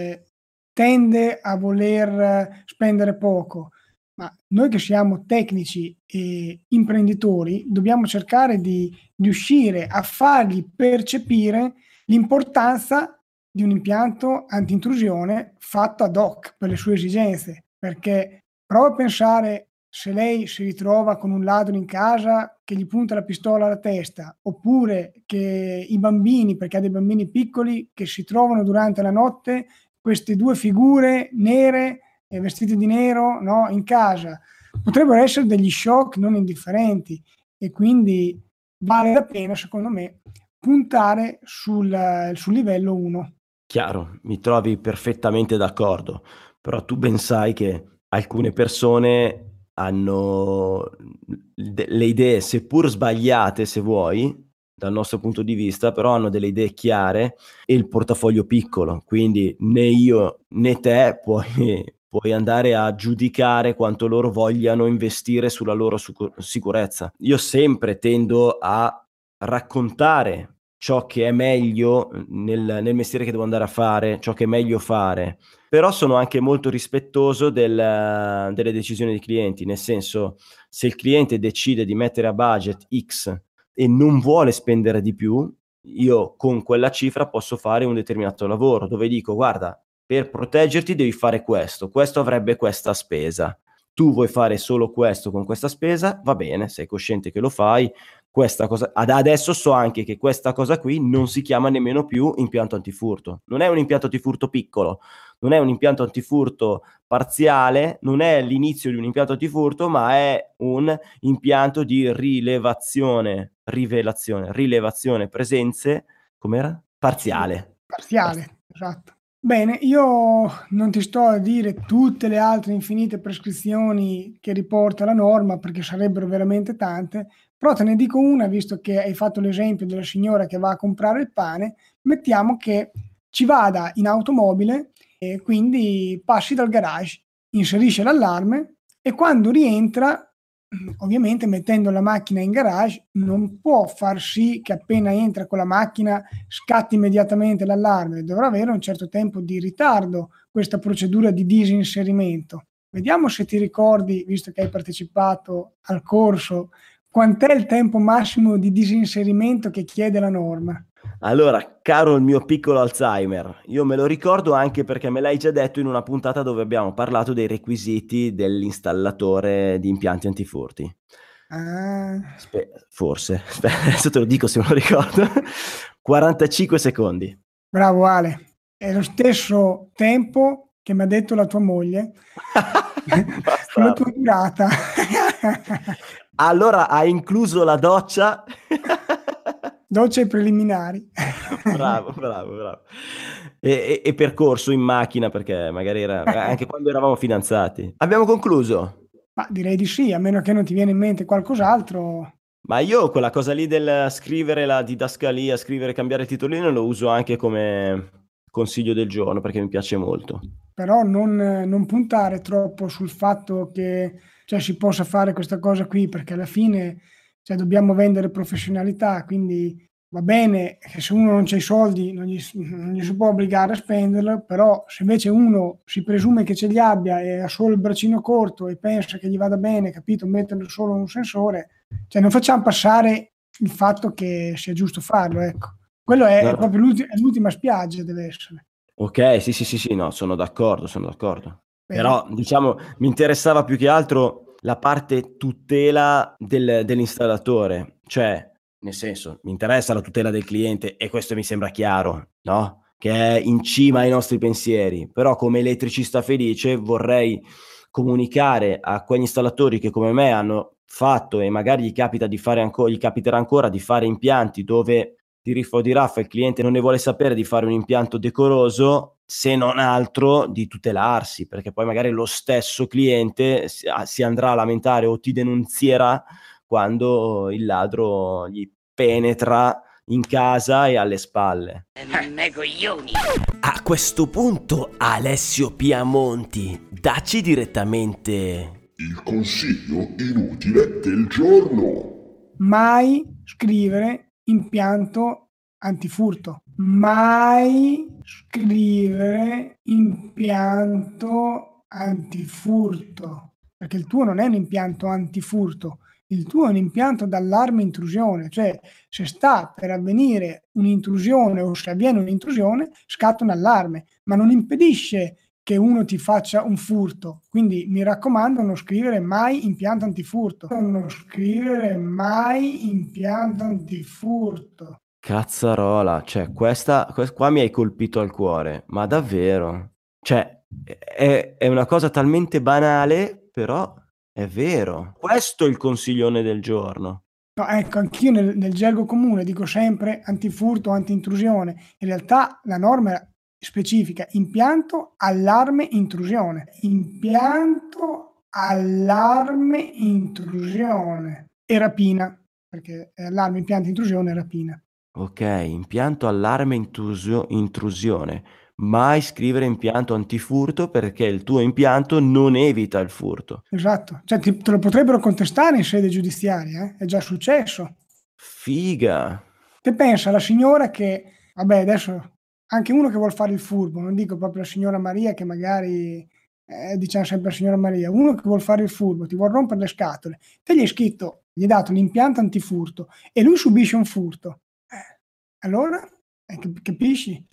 tende a voler spendere poco, ma noi che siamo tecnici e imprenditori dobbiamo cercare di riuscire a fargli percepire l'importanza di un impianto anti-intrusione fatto ad hoc per le sue esigenze, perché prova a pensare se lei si ritrova con un ladro in casa che gli punta la pistola alla testa, oppure che i bambini, perché ha dei bambini piccoli, che si trovano durante la notte queste due figure nere e vestite di nero, no, in casa. Potrebbero essere degli shock non indifferenti e quindi vale la pena, secondo me, puntare sul livello 1. Chiaro, mi trovi perfettamente d'accordo, però tu ben sai che alcune persone hanno le idee, seppur sbagliate se vuoi, dal nostro punto di vista, però hanno delle idee chiare e il portafoglio piccolo, quindi né io né te puoi andare a giudicare quanto loro vogliano investire sulla loro sicurezza. Io sempre tendo a raccontare ciò che è meglio nel mestiere che devo andare a fare, ciò che è meglio fare. Però sono anche molto rispettoso delle decisioni dei clienti, nel senso, se il cliente decide di mettere a budget X e non vuole spendere di più, io con quella cifra posso fare un determinato lavoro, dove dico: guarda, per proteggerti devi fare questo avrebbe questa spesa. Tu vuoi fare solo questo con questa spesa, va bene, sei cosciente che lo fai. Questa cosa, adesso so anche che questa cosa qui non si chiama nemmeno più impianto antifurto, non è un impianto antifurto piccolo, non è un impianto antifurto parziale, non è l'inizio di un impianto antifurto, ma è un impianto di rilevazione presenze, com'era? Parziale, esatto. Bene, io non ti sto a dire tutte le altre infinite prescrizioni che riporta la norma, perché sarebbero veramente tante, però te ne dico una, visto che hai fatto l'esempio della signora che va a comprare il pane. Mettiamo che ci vada in automobile e quindi passi dal garage, inserisce l'allarme e quando rientra, ovviamente mettendo la macchina in garage, non può far sì che appena entra con la macchina scatti immediatamente l'allarme, dovrà avere un certo tempo di ritardo questa procedura di disinserimento. Vediamo se ti ricordi, visto che hai partecipato al corso, quant'è il tempo massimo di disinserimento che chiede la norma? Allora, caro il mio piccolo Alzheimer, io me lo ricordo anche perché me l'hai già detto in una puntata dove abbiamo parlato dei requisiti dell'installatore di impianti antifurti. Forse, adesso te lo dico se me lo ricordo. 45 secondi. Bravo Ale, è lo stesso tempo che mi ha detto la tua moglie sulla tua durata. Allora ha incluso la doccia. Docce preliminari. Bravo. E percorso in macchina, perché magari era anche quando eravamo fidanzati. Abbiamo concluso? Ma direi di sì, a meno che non ti viene in mente qualcos'altro. Ma io quella cosa lì del scrivere la didascalia, scrivere, cambiare il titolino lo uso anche come consiglio del giorno perché mi piace molto. Però non puntare troppo sul fatto che si possa fare questa cosa qui, perché alla fine dobbiamo vendere professionalità, quindi va bene che se uno non c'ha i soldi non gli si può obbligare a spenderlo, però se invece uno si presume che ce li abbia e ha solo il braccino corto e pensa che gli vada bene, capito, metterlo solo un sensore, non facciamo passare il fatto che sia giusto farlo, ecco. Quello è proprio l'ultima spiaggia, deve essere. Ok, sì, no, sono d'accordo. Bene. Però, diciamo, mi interessava più che altro la parte tutela dell'installatore, cioè, nel senso, mi interessa la tutela del cliente e questo mi sembra chiaro, no? Che è in cima ai nostri pensieri, però come elettricista felice vorrei comunicare a quegli installatori che come me hanno fatto e magari gli capiterà ancora di fare impianti dove di riffa o di raffa il cliente non ne vuole sapere di fare un impianto decoroso, se non altro di tutelarsi, perché poi magari lo stesso cliente si andrà a lamentare o ti denunzierà quando il ladro gli penetra in casa e alle spalle. A questo punto, Alessio Piamonti, dacci direttamente il consiglio inutile del giorno. Mai scrivere impianto antifurto. Mai scrivere impianto antifurto, perché il tuo non è un impianto antifurto, il tuo è un impianto d'allarme intrusione, cioè se sta per avvenire un'intrusione o se avviene un'intrusione scatta un allarme, ma non impedisce che uno ti faccia un furto. Quindi mi raccomando, non scrivere mai impianto antifurto. Non scrivere mai impianto antifurto. Cazzarola, cioè qua mi hai colpito al cuore, ma davvero? Cioè, è una cosa talmente banale, però è vero. Questo è il consiglione del giorno. No, ecco, anch'io nel gergo comune dico sempre antifurto, anti-intrusione. In realtà la norma specifica impianto, allarme, intrusione. Impianto, allarme, intrusione e rapina, perché allarme, impianto, intrusione e rapina. Ok, impianto, allarme, intrusione. Mai scrivere impianto antifurto perché il tuo impianto non evita il furto. Esatto, cioè te lo potrebbero contestare in sede giudiziaria, è già successo. Figa. Te pensa la signora che, vabbè, adesso anche uno che vuol fare il furbo, non dico proprio la signora Maria che magari diciamo sempre la signora Maria, uno che vuol fare il furbo, ti vuol rompere le scatole, te gli hai scritto, gli hai dato l'impianto antifurto e lui subisce un furto. Allora, capisci?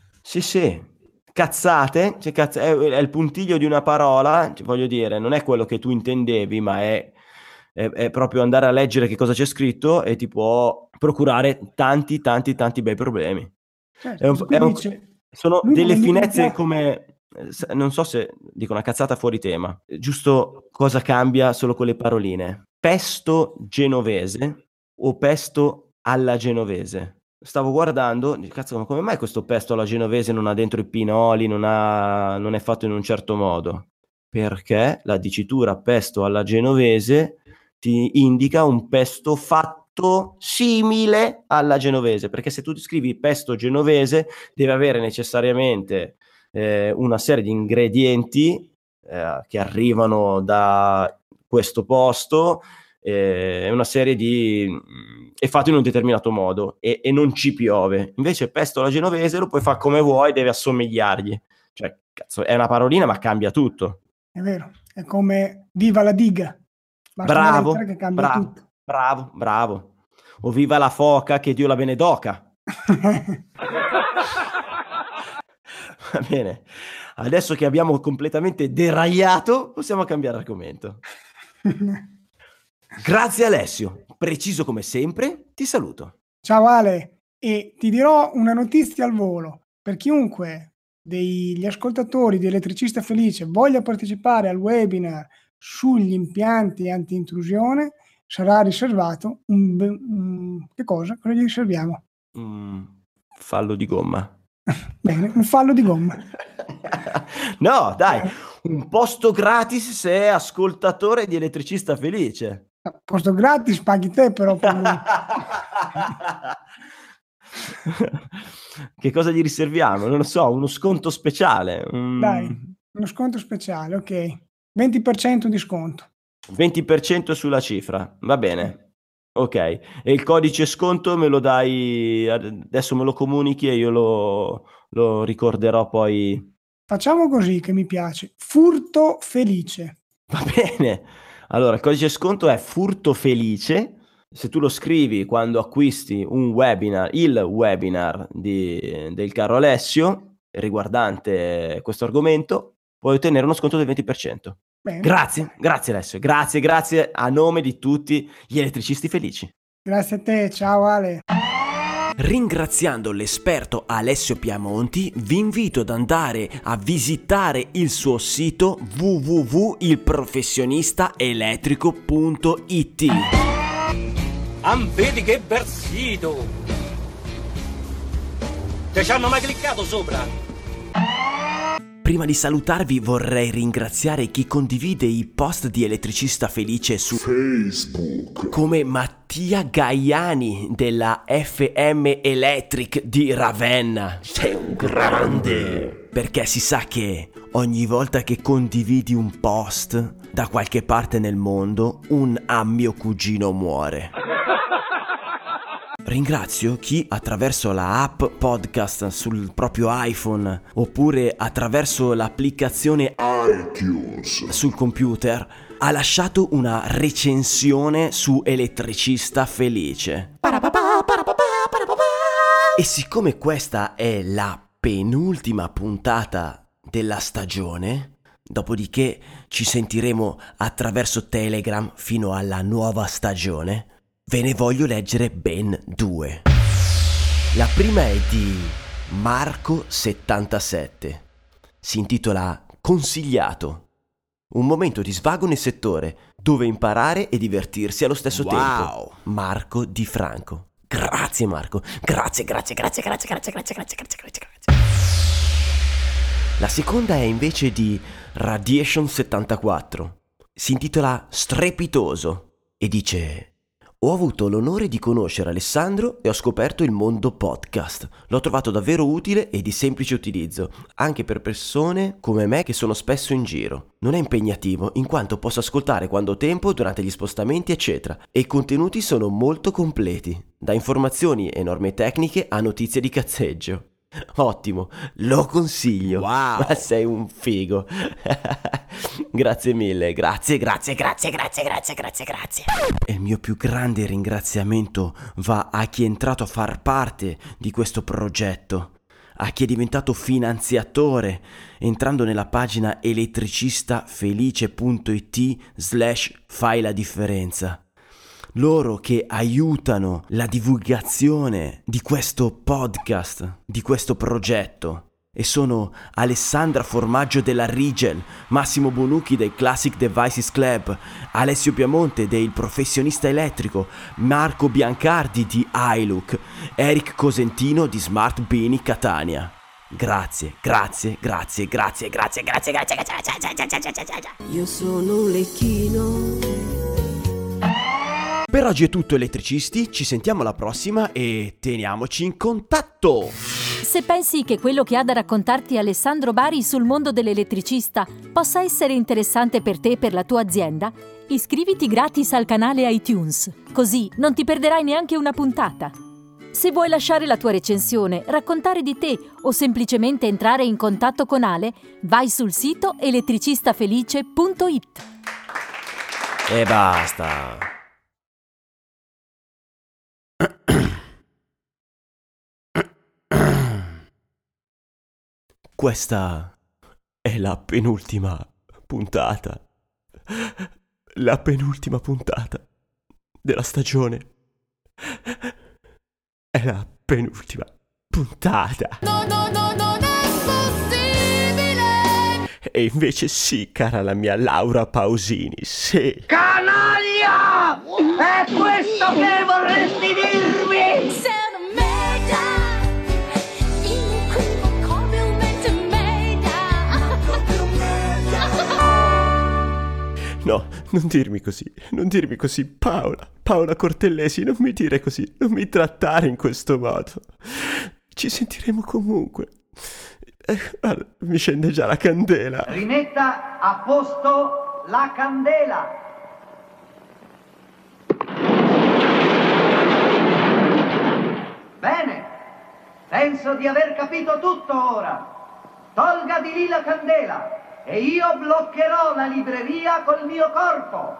Sì, cazzate, è il puntiglio di una parola, voglio dire, non è quello che tu intendevi, ma è proprio andare a leggere che cosa c'è scritto e ti può procurare tanti bei problemi. Certo, sono delle finezze come, non so se dico una cazzata fuori tema, giusto cosa cambia solo con le paroline. Pesto genovese o pesto alla genovese? Stavo guardando, cazzo, ma come mai questo pesto alla genovese non ha dentro i pinoli, non è fatto in un certo modo? Perché la dicitura pesto alla genovese ti indica un pesto fatto simile alla genovese, perché se tu scrivi pesto genovese deve avere necessariamente una serie di ingredienti che arrivano da questo posto, una serie è fatto in un determinato modo e non ci piove. Invece pesto alla genovese lo puoi fare come vuoi, deve assomigliargli. Cioè, cazzo, è una parolina ma cambia tutto. È vero, è come viva la diga. Bravo, che cambia tutto. bravo. O viva la foca, che Dio la benedoca. Va bene, adesso che abbiamo completamente deragliato possiamo cambiare argomento. Grazie Alessio, preciso come sempre, ti saluto. Ciao Ale, e ti dirò una notizia al volo. Per chiunque degli ascoltatori di Elettricista Felice voglia partecipare al webinar sugli impianti anti-intrusione, sarà riservato che cosa? Cosa gli riserviamo? Fallo di gomma. Bene, un fallo di gomma. No, dai, un posto gratis se è ascoltatore di Elettricista Felice. Posto gratis, paghi te però. Che cosa gli riserviamo? Non lo so, uno sconto speciale. Dai, uno sconto speciale, ok. 20% di sconto. 20% sulla cifra, va bene. Ok, e il codice sconto me lo dai, adesso me lo comunichi e io lo ricorderò poi. Facciamo così, che mi piace. Furto felice. Va bene. Allora, il codice sconto è furto felice. Se tu lo scrivi quando acquisti il webinar del caro Alessio riguardante questo argomento, puoi ottenere uno sconto del 20%. Bene. Grazie Alessio, grazie a nome di tutti gli elettricisti felici. Grazie a te, ciao Ale. Ringraziando l'esperto Alessio Piamonti, vi invito ad andare a visitare il suo sito www.ilprofessionistaelettrico.it. Vedi che bel sito! Te ci hanno mai cliccato sopra? Prima di salutarvi vorrei ringraziare chi condivide i post di Elettricista Felice su Facebook, come Mattia Gaiani della FM Electric di Ravenna. Sei un grande! Perché si sa che ogni volta che condividi un post da qualche parte nel mondo, un mio cugino muore. Ringrazio chi attraverso la app podcast sul proprio iPhone oppure attraverso l'applicazione iTunes sul computer ha lasciato una recensione su Elettricista Felice. E siccome questa è la penultima puntata della stagione, dopodiché ci sentiremo attraverso Telegram fino alla nuova stagione, ve ne voglio leggere ben 2. La prima è di Marco77. Si intitola Consigliato. Un momento di svago nel settore, dove imparare e divertirsi allo stesso tempo. Marco Di Franco. Grazie Marco. Grazie. La seconda è invece di Radiation74. Si intitola Strepitoso e dice: ho avuto l'onore di conoscere Alessandro e ho scoperto il mondo podcast. L'ho trovato davvero utile e di semplice utilizzo, anche per persone come me che sono spesso in giro. Non è impegnativo, in quanto posso ascoltare quando ho tempo, durante gli spostamenti, eccetera. E i contenuti sono molto completi, da informazioni e norme tecniche a notizie di cazzeggio. Ottimo, lo consiglio. Wow. Ma sei un figo. Grazie mille, grazie. E il mio più grande ringraziamento va a chi è entrato a far parte di questo progetto, a chi è diventato finanziatore entrando nella pagina elettricistafelice.it/fai la differenza. Loro che aiutano la divulgazione di questo podcast, di questo progetto. E sono Alessandra Formaggio della Rigel, Massimo Bonucchi del Classic Devices Club, Alessio Piamonte del Professionista Elettrico, Marco Biancardi di iLook, Eric Cosentino di Smart Bini Catania. Grazie. Io sono un lecchino. Per oggi è tutto elettricisti, ci sentiamo alla prossima e teniamoci in contatto! Se pensi che quello che ha da raccontarti Alessandro Bari sul mondo dell'elettricista possa essere interessante per te e per la tua azienda, iscriviti gratis al canale iTunes, così non ti perderai neanche una puntata. Se vuoi lasciare la tua recensione, raccontare di te o semplicemente entrare in contatto con Ale, vai sul sito elettricistafelice.it. E basta! Questa è la penultima puntata. La penultima puntata della stagione. È la penultima puntata. No, non è possibile! E invece sì, cara la mia Laura Pausini, sì. Canaglia! È questo che vorresti dirmi? Sei una merda! No, non dirmi così, Paola Cortellesi, non mi dire così, non mi trattare in questo modo. Ci sentiremo comunque. Guarda, mi scende già la candela. Rimetta a posto la candela. Bene, penso di aver capito tutto ora. Tolga di lì la candela e io bloccherò la libreria col mio corpo.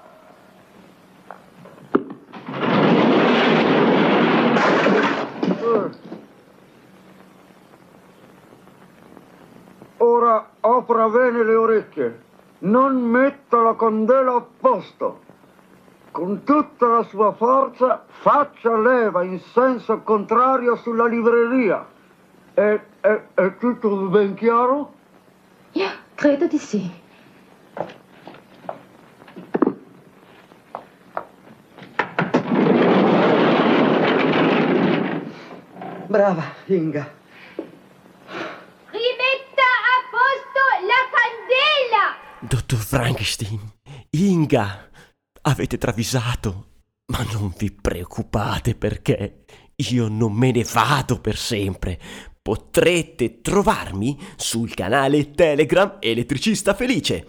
Ora apra bene le orecchie. Non metta la candela a posto. Con tutta la sua forza faccia leva in senso contrario sulla libreria. È tutto ben chiaro? Credo di sì. Brava, Inga. Rimetta a posto la candela! Dottor Frankenstein, Inga, avete travisato, ma non vi preoccupate perché io non me ne vado per sempre. Potrete trovarmi sul canale Telegram Elettricista Felice,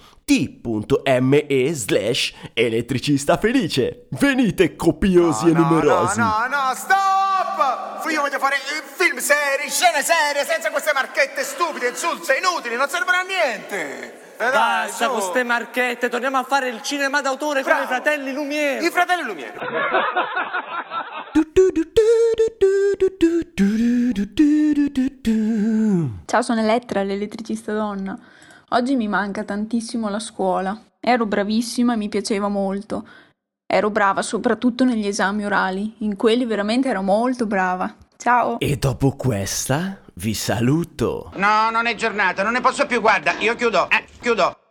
t.me/elettricista felice. Venite copiosi e numerosi. No, stop! Io voglio fare film seri, scene serie, senza queste marchette stupide, insulse, inutili, non servono a niente. Basta con ste marchette, torniamo a fare il cinema d'autore come i fratelli Lumiere. I fratelli Lumiere. Ciao, sono Elettra, l'elettricista donna. Oggi mi manca tantissimo la scuola. Ero bravissima e mi piaceva molto. Ero brava soprattutto negli esami orali. In quelli veramente ero molto brava. Ciao. E dopo questa vi saluto. No, non è giornata, non ne posso più, guarda, io chiudo.